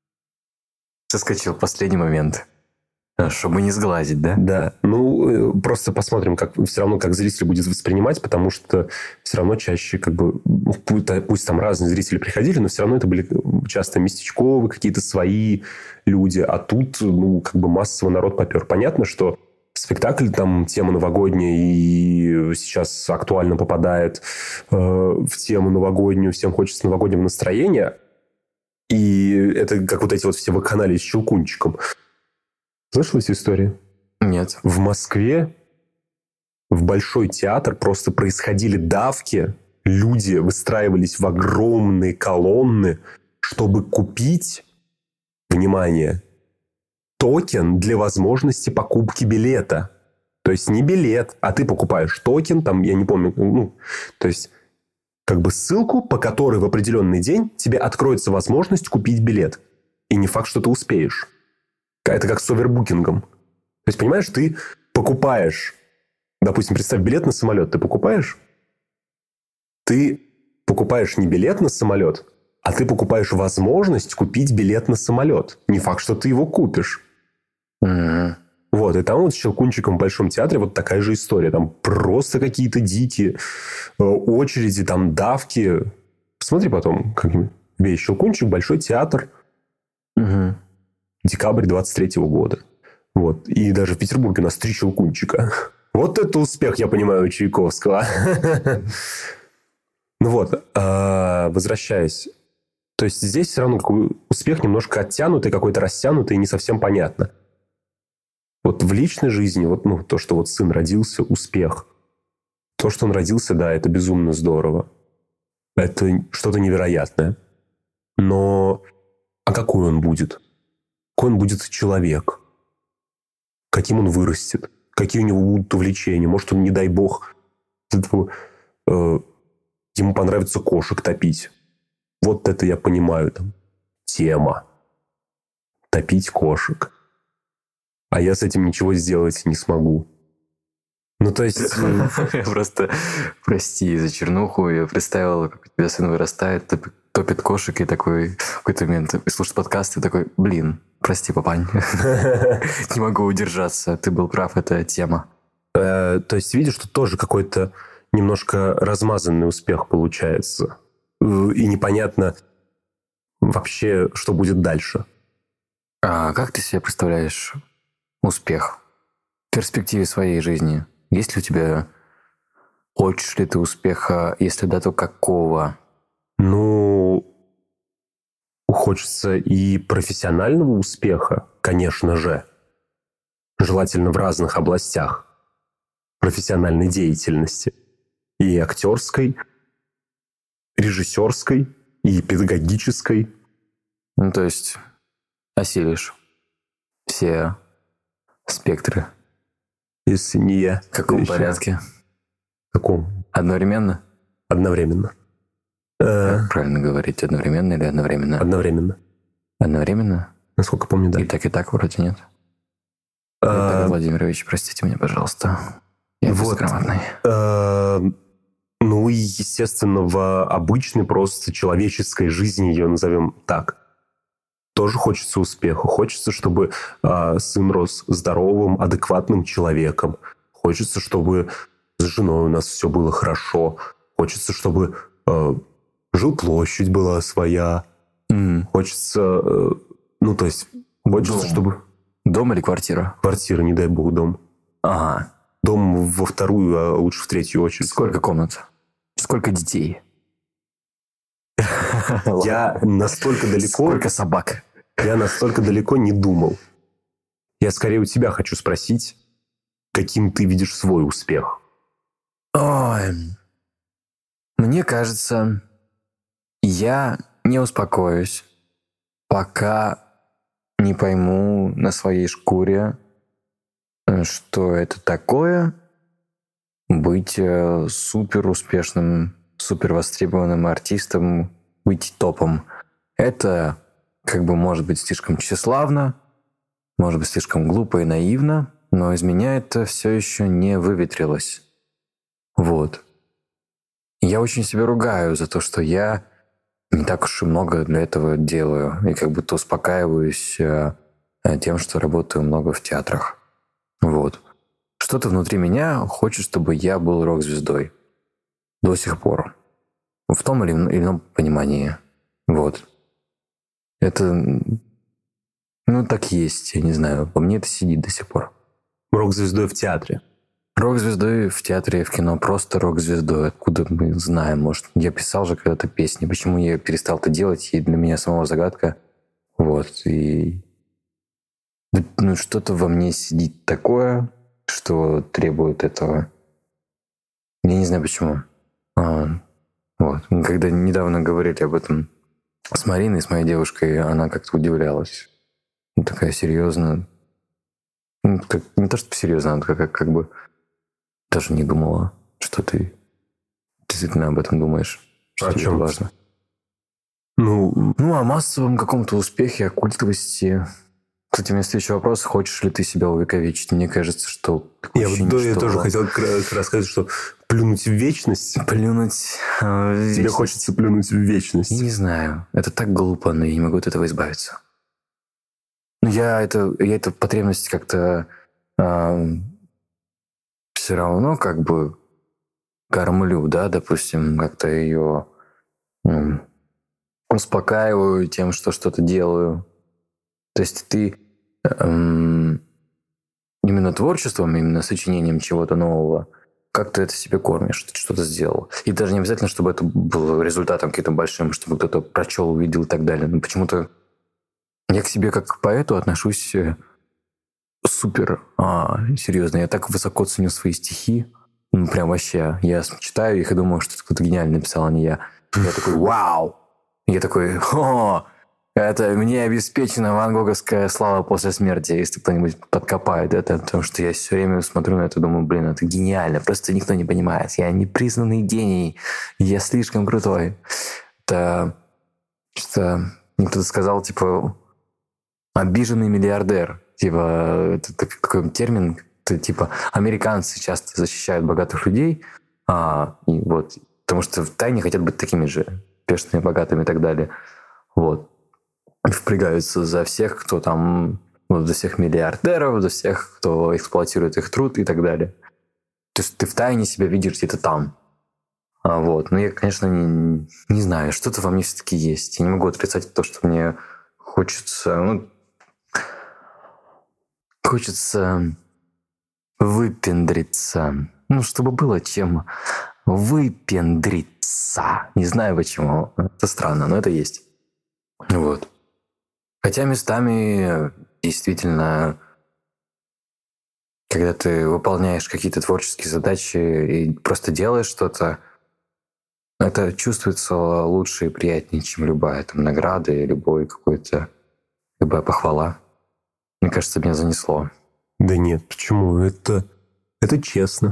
Соскочил в последний момент. А, чтобы не сглазить, да? Да, ну, э, просто посмотрим, как все равно, как зритель будет воспринимать, потому что все равно чаще, как бы, ну, пусть, пусть там разные зрители приходили, но все равно это были часто местечковые, какие-то свои люди, а тут, ну, как бы массово народ попер. Понятно, что спектакль, там, тема новогодняя, и сейчас актуально попадает э, в тему новогоднюю, всем хочется новогоднего настроения, и это как вот эти вот все вакханалии с Щелкунчиком. Слышал эти истории? Нет. В Москве в Большой театр просто происходили давки. Люди выстраивались в огромные колонны, чтобы купить, внимание, токен для возможности покупки билета. То есть не билет, а ты покупаешь токен, там, я не помню, ну, то есть как бы ссылку, по которой в определенный день тебе откроется возможность купить билет. И не факт, что ты успеешь. Это как с овербукингом. То есть, понимаешь, ты покупаешь, допустим, представь, билет на самолет ты покупаешь, ты покупаешь не билет на самолет, а ты покупаешь возможность купить билет на самолет. Не факт, что ты его купишь. Мгм. Вот, и там вот с Щелкунчиком в Большом театре вот такая же история. Там просто какие-то дикие э, очереди, там давки. Посмотри потом как-нибудь. Весь Щелкунчик, Большой театр. Мгм. Декабрь двадцать третьего года. Вот. И даже в Петербурге у нас три Щелкунчика. Вот это успех, я понимаю, у Чайковского. Ну вот, а, возвращаясь. То есть здесь все равно какой успех немножко оттянутый, какой-то растянутый, и не совсем понятно. Вот в личной жизни, вот, ну, то, что вот сын родился, успех. То, что он родился, да, это безумно здорово. Это что-то невероятное. Но а какой он будет? Какой он будет человек? Каким он вырастет? Какие у него будут увлечения? Может, он, не дай бог, этого, э, ему понравится кошек топить. Вот это я понимаю. Там, тема. Топить кошек. А я с этим ничего сделать не смогу. Ну, то есть... э, Я просто, прости за чернуху, я представил, как у тебя сын вырастает, топ- топит кошек, и такой в какой-то момент слушает подкаст, и такой, блин, прости, папань, не могу удержаться, ты был прав, это тема. э, То есть видишь, что тоже какой-то немножко размазанный успех получается. Э, И непонятно вообще, что будет дальше. А как ты себе представляешь успех в перспективе своей жизни? Есть ли у тебя, хочешь ли ты успеха, если да, то какого? Ну, хочется и профессионального успеха, конечно же. Желательно в разных областях профессиональной деятельности. И актерской, режиссерской, и педагогической. Ну, то есть осилишь все спектры. Если не я. В каком Еще. порядке? В каком? Одновременно? Одновременно. Э, Как правильно говорить? Одновременно или одновременно? Одновременно. Одновременно? Насколько помню, да. И так, и так вроде нет. Э, Павел Владимирович, простите меня, пожалуйста. Я Вот. безграмотный. э, Ну и, естественно, в обычной просто человеческой жизни, ее назовем так, тоже хочется успеха. Хочется, чтобы э, сын рос здоровым, адекватным человеком. Хочется, чтобы с женой у нас все было хорошо. Хочется, чтобы э, жилплощадь была своя. М. Хочется, э, ну то есть, хочется, Дом. чтобы Дом или квартира? квартира, не дай бог, дом. Ага. Дом во вторую, а лучше в третью очередь. Сколько комнат? Сколько детей? Я настолько далеко... Сколько собак? Я настолько далеко не думал. Я скорее у тебя хочу спросить, каким ты видишь свой успех? Ой, мне кажется, я не успокоюсь, пока не пойму на своей шкуре, что это такое быть э, супер успешным, супер востребованным артистом, быть топом. Это как бы может быть слишком тщеславно, может быть слишком глупо и наивно, но из меня это все еще не выветрилось. Вот. Я очень себя ругаю за то, что я не так уж и много для этого делаю. И как будто успокаиваюсь э, тем, что работаю много в театрах. Вот. Что-то внутри меня хочет, чтобы я был рок-звездой. До сих пор. В том или ином понимании. Вот. Это... Ну, так есть, я не знаю. Во мне это сидит до сих пор. Рок-звездой в театре? Рок-звездой в театре, в кино. Просто рок-звездой. Откуда мы знаем? Может, я писал же когда-то песни. Почему я перестал это делать? И для меня самого загадка. Вот. И... Ну, что-то во мне сидит такое, что требует этого. Я не знаю, почему. А, вот. Мы когда недавно говорили об этом с Мариной, с моей девушкой, она как-то удивлялась. Ну, такая серьезная. Ну, как, не то, чтобы серьезно, она как, как бы даже не думала, что ты действительно об этом думаешь. Что О тебе чем? это важно. Ну, Ну, о массовом каком-то успехе, о культовости. Кстати, у меня следующий вопрос. Хочешь ли ты себя увековечить? Мне кажется, что... я, вот, да, я что... тоже хотел как раз сказать, что плюнуть в вечность. Плюнуть э, в Тебе вечность. хочется плюнуть в вечность. Я не знаю. Это так глупо, но я не могу от этого избавиться. Ну, я, это, я эту потребность как-то э, все равно как бы кормлю, да, допустим, как-то ее э, успокаиваю тем, что что-то делаю. То есть ты э, именно творчеством, именно сочинением чего-то нового, как ты это себе кормишь, ты что-то сделал. И даже не обязательно, чтобы это было результатом каким-то большим, чтобы кто-то прочел, увидел и так далее. Но почему-то я к себе как к поэту отношусь супер а, серьезно. Я так высоко ценю свои стихи. Ну, прям вообще. Я читаю их и думаю, что это кто-то гениально написал, а не я. Я такой, вау! Я такой, о, это мне обеспечена ван-гоговская слава после смерти, если кто-нибудь подкопает это, потому что я все время смотрю на это и думаю, блин, это гениально, просто никто не понимает. Я непризнанный гений, я слишком крутой. Это что мне кто-то сказал, типа, обиженный миллиардер. Типа, это такой термин, это, типа, американцы часто защищают богатых людей, а, и вот, потому что втайне хотят быть такими же успешными, богатыми и так далее. Вот. Впрягаются за всех, кто там, ну, за всех миллиардеров, за всех, кто эксплуатирует их труд и так далее. То есть ты втайне себя видишь где-то там. А, вот. Но я, конечно, не, не знаю, что-то во мне все-таки есть. Я не могу отрицать то, что мне хочется... Ну, хочется выпендриться. Ну, чтобы было чем выпендриться. Не знаю почему. Это странно, но это есть. Вот. Хотя местами действительно, когда ты выполняешь какие-то творческие задачи и просто делаешь что-то, это чувствуется лучше и приятнее, чем любая там награда и любой какой-то, любая похвала. Мне кажется, меня занесло. Да нет, почему? Это, это честно.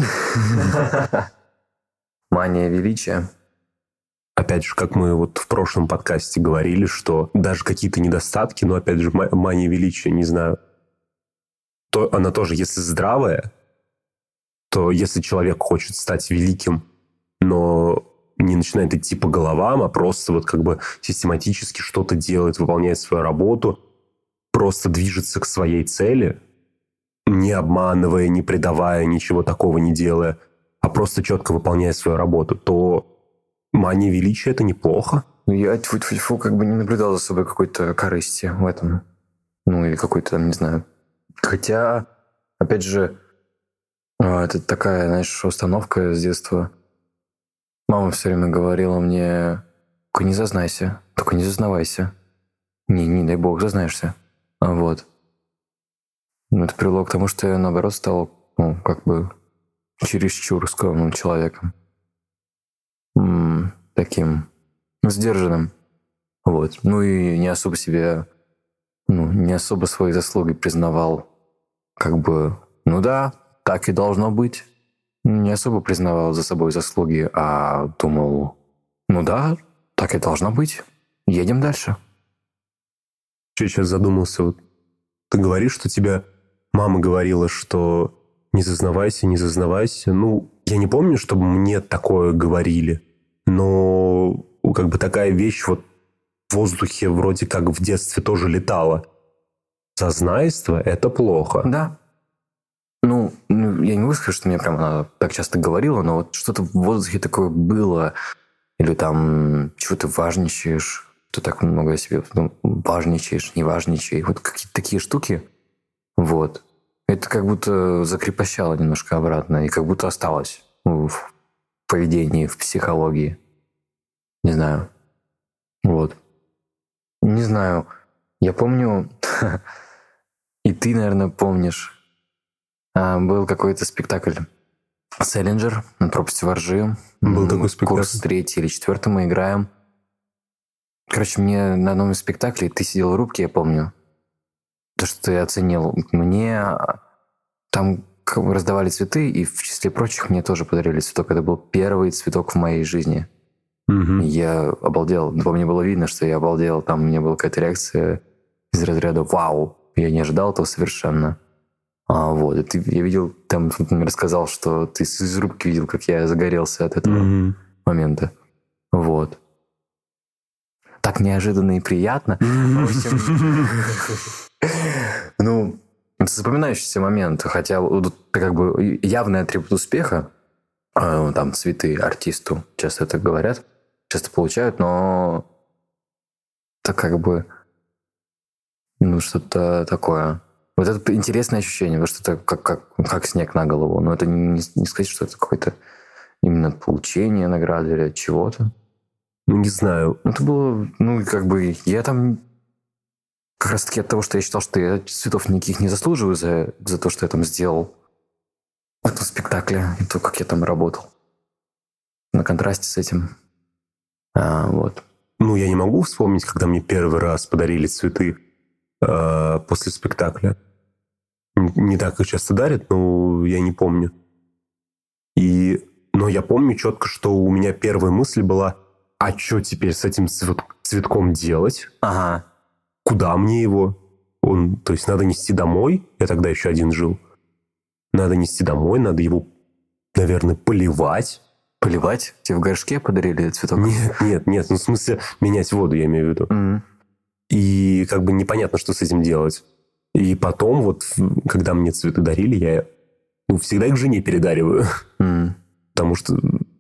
Мания величия. Опять же, как мы вот в прошлом подкасте говорили, что даже какие-то недостатки, но опять же, мания величия, не знаю, то она тоже, если здравая, то если человек хочет стать великим, но не начинает идти по головам, а просто вот как бы систематически что-то делает, выполняет свою работу, просто движется к своей цели, не обманывая, не предавая, ничего такого не делая, а просто четко выполняя свою работу, то мания величия — это неплохо. Я тьфу-тьфу-тьфу, как бы не наблюдал за собой какой-то корысти в этом. Ну, или какой-то там, не знаю. Хотя, опять же, это такая, знаешь, установка с детства. Мама все время говорила мне, только не зазнайся, только не зазнавайся. Не, не дай бог, зазнаешься. А вот. Ну, это привело к тому, что я, наоборот, стал ну, как бы чересчур скромным человеком. М, таким сдержанным. Вот. Ну и не особо себе, ну, не особо свои заслуги признавал. Как бы, ну да, так и должно быть. Не особо признавал за собой заслуги, а думал, ну да, так и должно быть. Едем дальше. Я сейчас задумался, вот ты говоришь, что тебя мама говорила, что не зазнавайся, не зазнавайся. Ну, я не помню, чтобы мне такое говорили, но как бы такая вещь вот в воздухе вроде как в детстве тоже летала. Зазнайство – это плохо. Да. Ну, ну, я не могу сказать, что мне прям она так часто говорила, но вот что-то в воздухе такое было. Или там, чего ты важничаешь, ты так много о себе ну, важничаешь, не важничай. Вот какие-то такие штуки. Вот. Это как будто закрепощало немножко обратно, и как будто осталось в поведении, в психологии. Не знаю. Вот. Не знаю. Я помню, и ты, наверное, помнишь, был какой-то спектакль «Селлинджер» на пропасти воржи. Был такой спектакль. Курс третий или четвертый мы играем. Короче, мне на одном из спектаклей ты сидел в рубке, я помню. То, что ты оценил. Мне там раздавали цветы, и в числе прочих мне тоже подарили цветок. Это был первый цветок в моей жизни. Угу. Я обалдел. По мне было видно, что я обалдел. Там у меня была какая-то реакция из разряда «Вау!». Я не ожидал этого совершенно. А, вот. И ты, я видел, там ты мне рассказал, что ты из рубки видел, как я загорелся от этого Угу. момента. Вот. Так неожиданно и приятно. В общем, ну, это запоминающийся момент. Хотя как бы явный атрибут успеха, там цветы артисту часто это говорят, часто получают, но это как бы ну что-то такое. Вот это интересное ощущение, вот что-то как, как, как снег на голову. Но это не, не сказать, что это какое-то именно получение награды или чего-то. Ну, не знаю. Это было, ну, как бы, я там как раз-таки от того, что я считал, что я цветов никаких не заслуживаю за, за то, что я там сделал в этом спектакле, и то, как я там работал. На контрасте с этим. А, вот. Ну, я не могу вспомнить, когда мне первый раз подарили цветы э, после спектакля. Не так их часто дарят, но я не помню. И, но я помню четко, что у меня первая мысль была, а что теперь с этим цвет, цветком делать? Ага. Куда мне его? Он, то есть надо нести домой? Я тогда еще один жил. Надо нести домой, надо его, наверное, поливать. Поливать? Тебе в горшке подарили цветок? Нет, нет, нет. Ну, в смысле, менять воду, я имею в виду. Mm-hmm. И как бы непонятно, что с этим делать. И потом, вот, когда мне цветы дарили, я ну, всегда их жене передариваю. Mm-hmm. Потому что,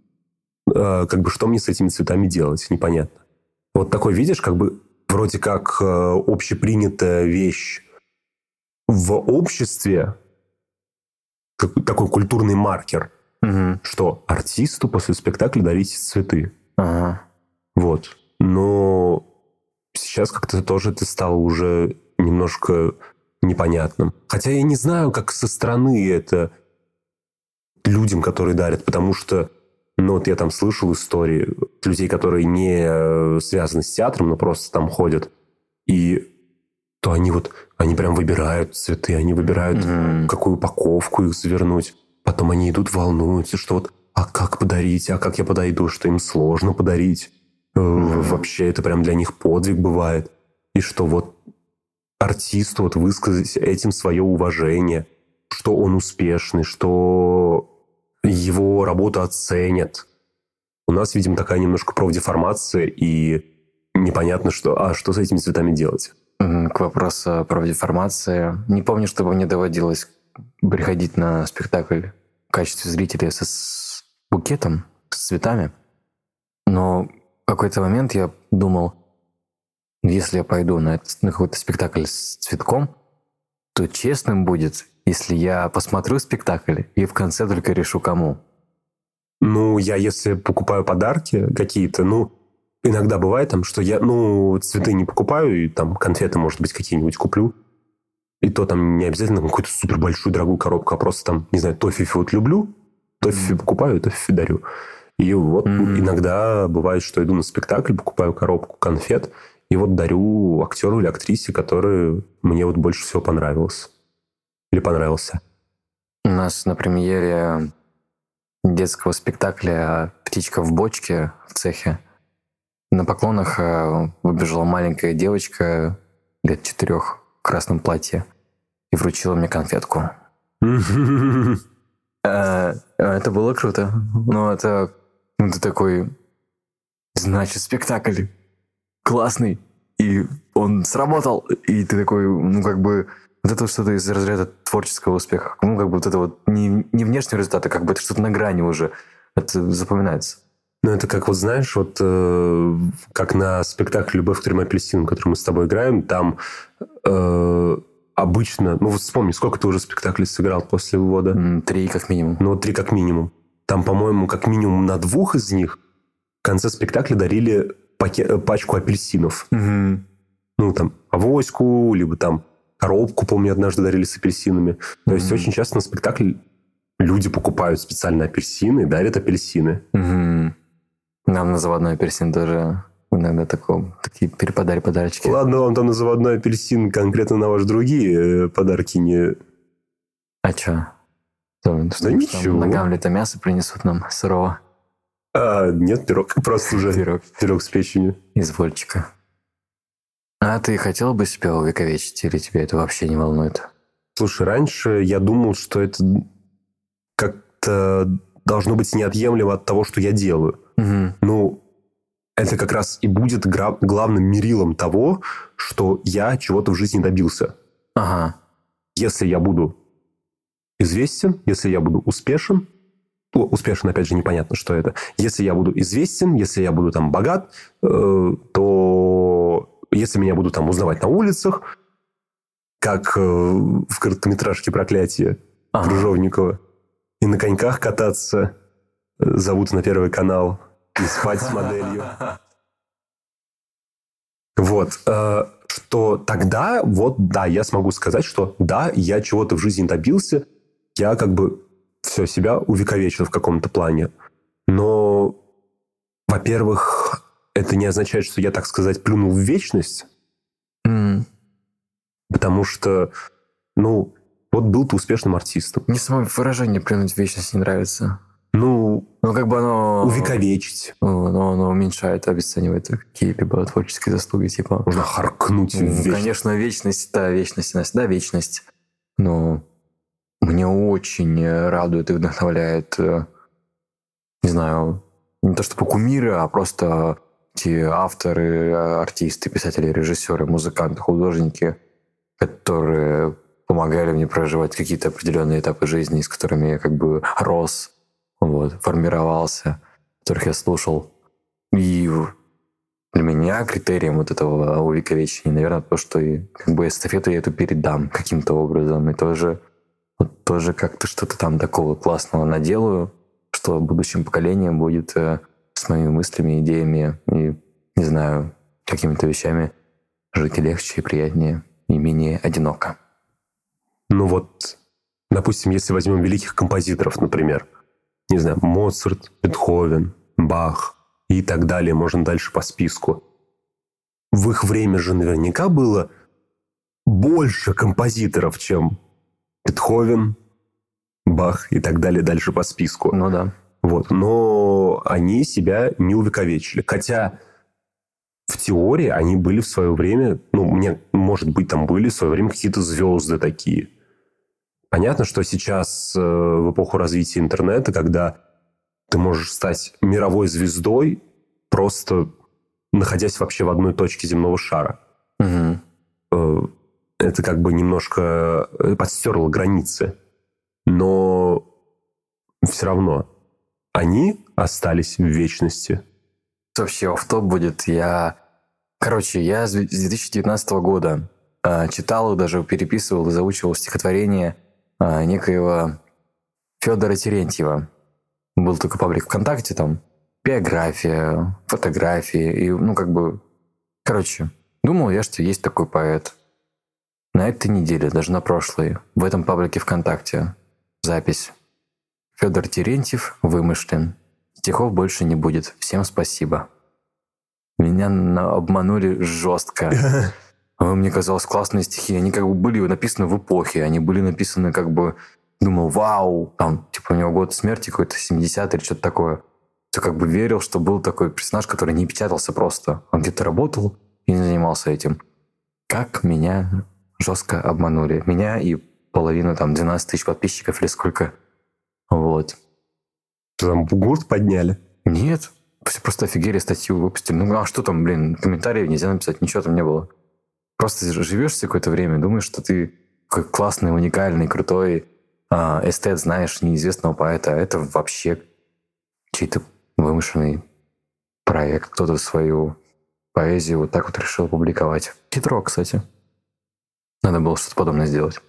э, как бы, что мне с этими цветами делать? Непонятно. Вот такой, видишь, как бы, вроде как э, общепринятая вещь в обществе, как, такой культурный маркер, Mm-hmm. что артисту после спектакля дарить цветы. Ага. Вот. Но сейчас как-то тоже это стало уже немножко непонятным. Хотя я не знаю, как со стороны это людям, которые дарят, потому что, ну, вот я там слышал истории людей, которые не связаны с театром, но просто там ходят, и то они вот, они прям выбирают цветы, они выбирают, Mm-hmm. какую упаковку их завернуть. Потом они идут, волнуются, что вот, а как подарить, а как я подойду, что им сложно подарить. Mm-hmm. Вообще это прям для них подвиг бывает. И что вот артисту вот высказать этим свое уважение, что он успешный, что его работу оценят. У нас, видимо, такая немножко профдеформация, и непонятно, что, а что с этими цветами делать. К вопросу о профдеформации. Не помню, чтобы мне доводилось приходить на спектакль в качестве зрителя со, с букетом, с цветами. Но в какой-то момент я думал, если я пойду на, этот, на какой-то спектакль с цветком, то честным будет, если я посмотрю спектакль и в конце только решу, кому. Ну, я если покупаю подарки какие-то, ну, иногда бывает там, что я, ну, цветы не покупаю, и там конфеты, может быть, какие-нибудь куплю. И то там не обязательно какую-то супер большую дорогую коробку, а просто там, не знаю, тофифи вот люблю, тофифи mm-hmm. покупаю, тофифи дарю. И вот mm-hmm. иногда бывает, что иду на спектакль, покупаю коробку конфет, и вот дарю актеру или актрисе, который мне вот больше всего понравился. Или понравился. У нас на премьере детского спектакля «Птичка в бочке» в цехе на поклонах выбежала маленькая девочка лет четырех в красном платье и вручила мне конфетку. Это было круто. Ну, это такой, значит, спектакль классный, и он сработал, и ты такой, ну, как бы, вот это что-то из разряда творческого успеха. Ну, как бы вот это вот не, не внешний результат, а как бы это что-то на грани уже. Это запоминается. Ну, это как вот, знаешь, вот э, как на спектакле «Любовь к трем апельсинам», который мы с тобой играем, там э, обычно... Ну, вот вспомни, сколько ты уже спектаклей сыграл после вывода? Три как минимум. Ну, вот три как минимум. Там, по-моему, как минимум на двух из них в конце спектакля дарили пакет, пачку апельсинов. Угу. Ну, там, авоську, либо там коробку, помню, однажды дарили с апельсинами. То mm-hmm. есть очень часто на спектакль люди покупают специально апельсины и дарят апельсины. Mm-hmm. Нам на заводной апельсин тоже иногда такое, такие перепадали подарочки. Ладно, вам там на заводной апельсин, конкретно на ваши другие подарки не... А чё? Что, да что, ничего. Что, на Гамлета мясо принесут нам сырого? А, нет, пирог. Просто уже пирог. Пирог с печенью. Из вольчика. А ты хотел бы себя увековечить, или тебя это вообще не волнует? Слушай, раньше я думал, что это как-то должно быть неотъемлемо от того, что я делаю. Угу. Ну, это как раз и будет гра- главным мерилом того, что я чего-то в жизни добился. Ага. Если я буду известен, если я буду успешен, то успешен, опять же, непонятно, что это. Если я буду известен, если я буду там богат, э, то... Если меня будут там узнавать на улицах, как э, в короткометражке «Проклятие» ага. Крыжовникова, и на коньках кататься, э, зовут на Первый канал, и спать с моделью. Вот. Э, что тогда, вот, да, я смогу сказать, что да, я чего-то в жизни добился, я как бы все себя увековечил в каком-то плане. Но, во-первых... Это не означает, что я, так сказать, плюнул в вечность. Mm. Потому что, ну, вот был ты успешным артистом. Мне само выражение «плюнуть в вечность» не нравится. Ну, ну как бы оно... Увековечить. Ну, оно, оно уменьшает, обесценивает какие-либо творческие заслуги. Типа... Можно харкнуть в вечность. Конечно, вечность, да, вечность, она всегда вечность. Но мне очень радует и вдохновляет, не знаю, не то чтобы кумиры, а просто... те авторы, артисты, писатели, режиссеры, музыканты, художники, которые помогали мне проживать какие-то определенные этапы жизни, с которыми я как бы рос, вот, формировался, которых я слушал. И для меня критерием вот этого увековечения, наверное, то, что и, как бы эстафету я эту передам каким-то образом, и тоже, вот, тоже как-то что-то там такого классного наделаю, что будущим поколениям будет... с моими мыслями, идеями и, не знаю, какими-то вещами жить легче и приятнее, и менее одиноко. Ну вот, допустим, если возьмем великих композиторов, например, не знаю, Моцарт, Бетховен, Бах и так далее, можно дальше по списку. В их время же наверняка было больше композиторов, чем Бетховен, Бах и так далее дальше по списку. Ну да. Вот. Но они себя не увековечили. Хотя в теории они были в свое время... Ну, мне, может быть, там были в свое время какие-то звезды такие. Понятно, что сейчас, э, в эпоху развития интернета, когда ты можешь стать мировой звездой, просто находясь вообще в одной точке земного шара. Угу. Э, это как бы немножко подстерло границы. Но все равно... Они остались в вечности. Вообще, офф-топ будет. Я... Короче, я с две тысячи девятнадцатого года э, читал, даже переписывал и заучивал стихотворение э, некоего Федора Терентьева. Был только паблик ВКонтакте, там, биография, фотографии. И, ну, как бы... Короче, думал я, что есть такой поэт. На этой неделе, даже на прошлой, в этом паблике ВКонтакте запись. Федор Терентьев вымышлен. Стихов больше не будет. Всем спасибо. Меня на- обманули жестко. А Мне казалось, классные стихи. Они как бы были написаны в эпохе. Они были написаны как бы... Думал, вау! Там, типа, у него год смерти какой-то, семидесятый или что-то такое. Ты как бы верил, что был такой персонаж, который не печатался просто. Он где-то работал и не занимался этим. Как меня жестко обманули. Меня и половину, там, двенадцать тысяч подписчиков или сколько. Вот. Что там, бугурт подняли? Нет. Все просто офигели, статью выпустили. Ну, а что там, блин, комментариев нельзя написать, ничего там не было. Просто живешь все какое-то время, думаешь, что ты какой классный, уникальный, крутой а, эстет, знаешь неизвестного поэта. Это вообще чей-то вымышленный проект. Кто-то свою поэзию вот так вот решил публиковать. Хитро, кстати. Надо было что-то подобное сделать.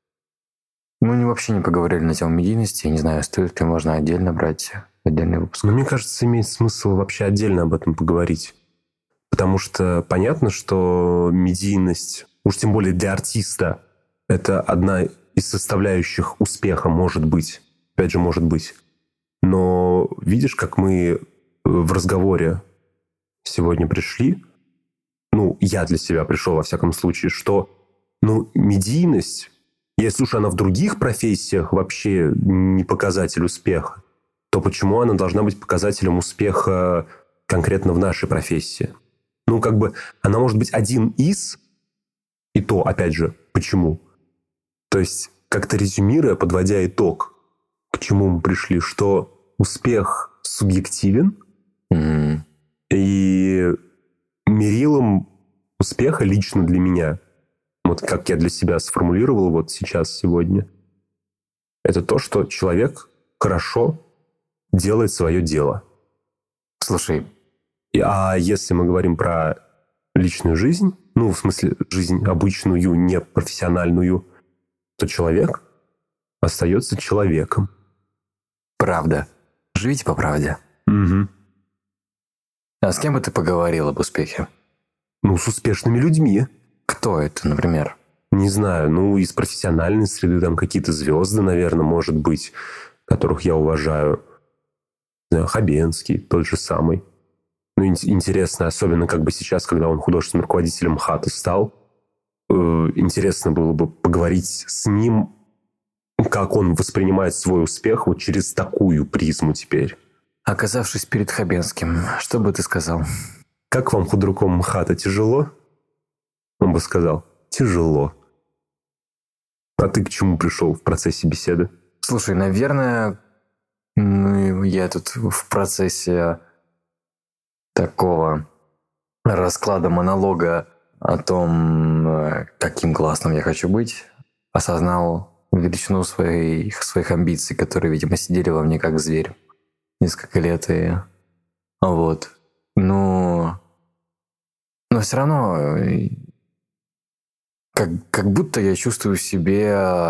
Мы не, вообще не поговорили на тему медийности. Я не знаю, стоит ли можно отдельно брать отдельный выпуск. Но мне кажется, имеет смысл вообще отдельно об этом поговорить. Потому что понятно, что медийность, уж тем более для артиста, это одна из составляющих успеха, может быть. Опять же, может быть. Но видишь, как мы в разговоре сегодня пришли, ну, я для себя пришел, во всяком случае, что, ну, медийность, если уж она в других профессиях вообще не показатель успеха, то почему она должна быть показателем успеха конкретно в нашей профессии? Ну, как бы, она может быть один из, и то, опять же, почему? То есть, как-то резюмируя, подводя итог, к чему мы пришли, что успех субъективен, Mm. и мерилом успеха лично для меня, вот как я для себя сформулировал вот сейчас, сегодня, это то, что человек хорошо делает свое дело. Слушай, И- А если мы говорим про личную жизнь, ну, в смысле, жизнь обычную, не профессиональную, то человек остается человеком. правда. Живите по правде. Угу. А с кем бы ты поговорил об успехе? Ну, с успешными людьми. Кто это, например? Не знаю, ну, из профессиональной среды там какие-то звезды, наверное, может быть, которых я уважаю. Не знаю, Хабенский, тот же самый. Ну, ин- интересно, особенно как бы сейчас, когда он художественным руководителем ХАТа стал, э, интересно было бы поговорить с ним, как он воспринимает свой успех вот через такую призму теперь. Оказавшись перед Хабенским, что бы ты сказал? Как вам, худруком МХАТа, тяжело? Он бы сказал, тяжело. А ты к чему пришел в процессе беседы? Слушай, наверное, ну, я тут в процессе такого расклада монолога о том, э, каким классным я хочу быть, осознал величину своих, своих амбиций, которые, видимо, сидели во мне как зверь несколько лет. И вот. Ну, но все равно э, как, как будто я чувствую в себе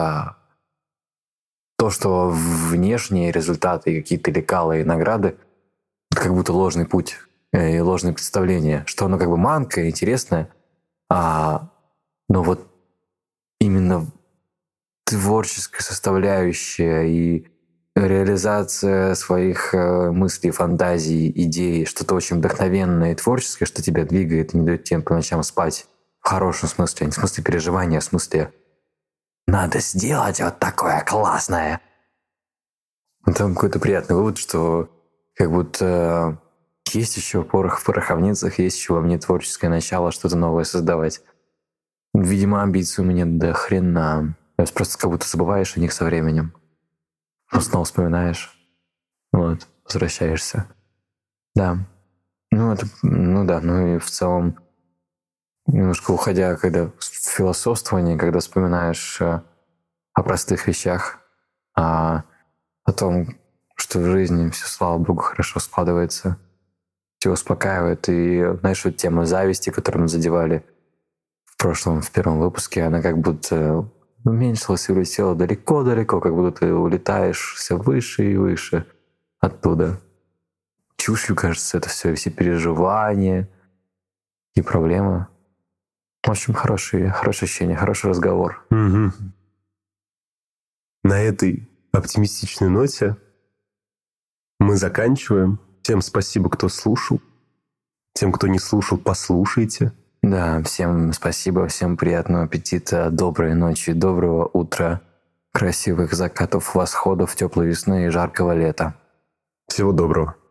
то, что внешние результаты, какие-то лекалы и награды, это как будто ложный путь э, и ложное представление, что оно как бы манка, интересное, а, но вот именно творческая составляющая и реализация своих э, мыслей, фантазий, идей, что-то очень вдохновенное и творческое, что тебя двигает и не дает тебе по ночам спать. В хорошем смысле, не в смысле переживания, а в смысле «надо сделать вот такое классное». Это какой-то приятный вывод, что как будто есть еще порох в пороховницах, есть еще во мне творческое начало, что-то новое создавать. Видимо, амбиций у меня до хрена. Просто как будто забываешь о них со временем. Но снова вспоминаешь. Вот, возвращаешься. Да. Ну, это, ну да, ну и в целом, немножко уходя, когда в философствование, когда вспоминаешь э, о простых вещах, о, о том, что в жизни все, слава богу, хорошо складывается, все успокаивает. И, знаешь, вот тема зависти, которую мы задевали в прошлом, в первом выпуске, она как будто уменьшилась и улетела далеко-далеко, как будто ты улетаешь все выше и выше оттуда. Чушью, кажется, это все, все переживания и проблемы. В общем, хорошие, хорошее ощущение, хороший разговор. Угу. На этой оптимистичной ноте мы заканчиваем. Всем спасибо, кто слушал. Тем, кто не слушал, послушайте. Да, всем спасибо, всем приятного аппетита, доброй ночи, доброго утра, красивых закатов, восходов, теплой весны и жаркого лета. Всего доброго.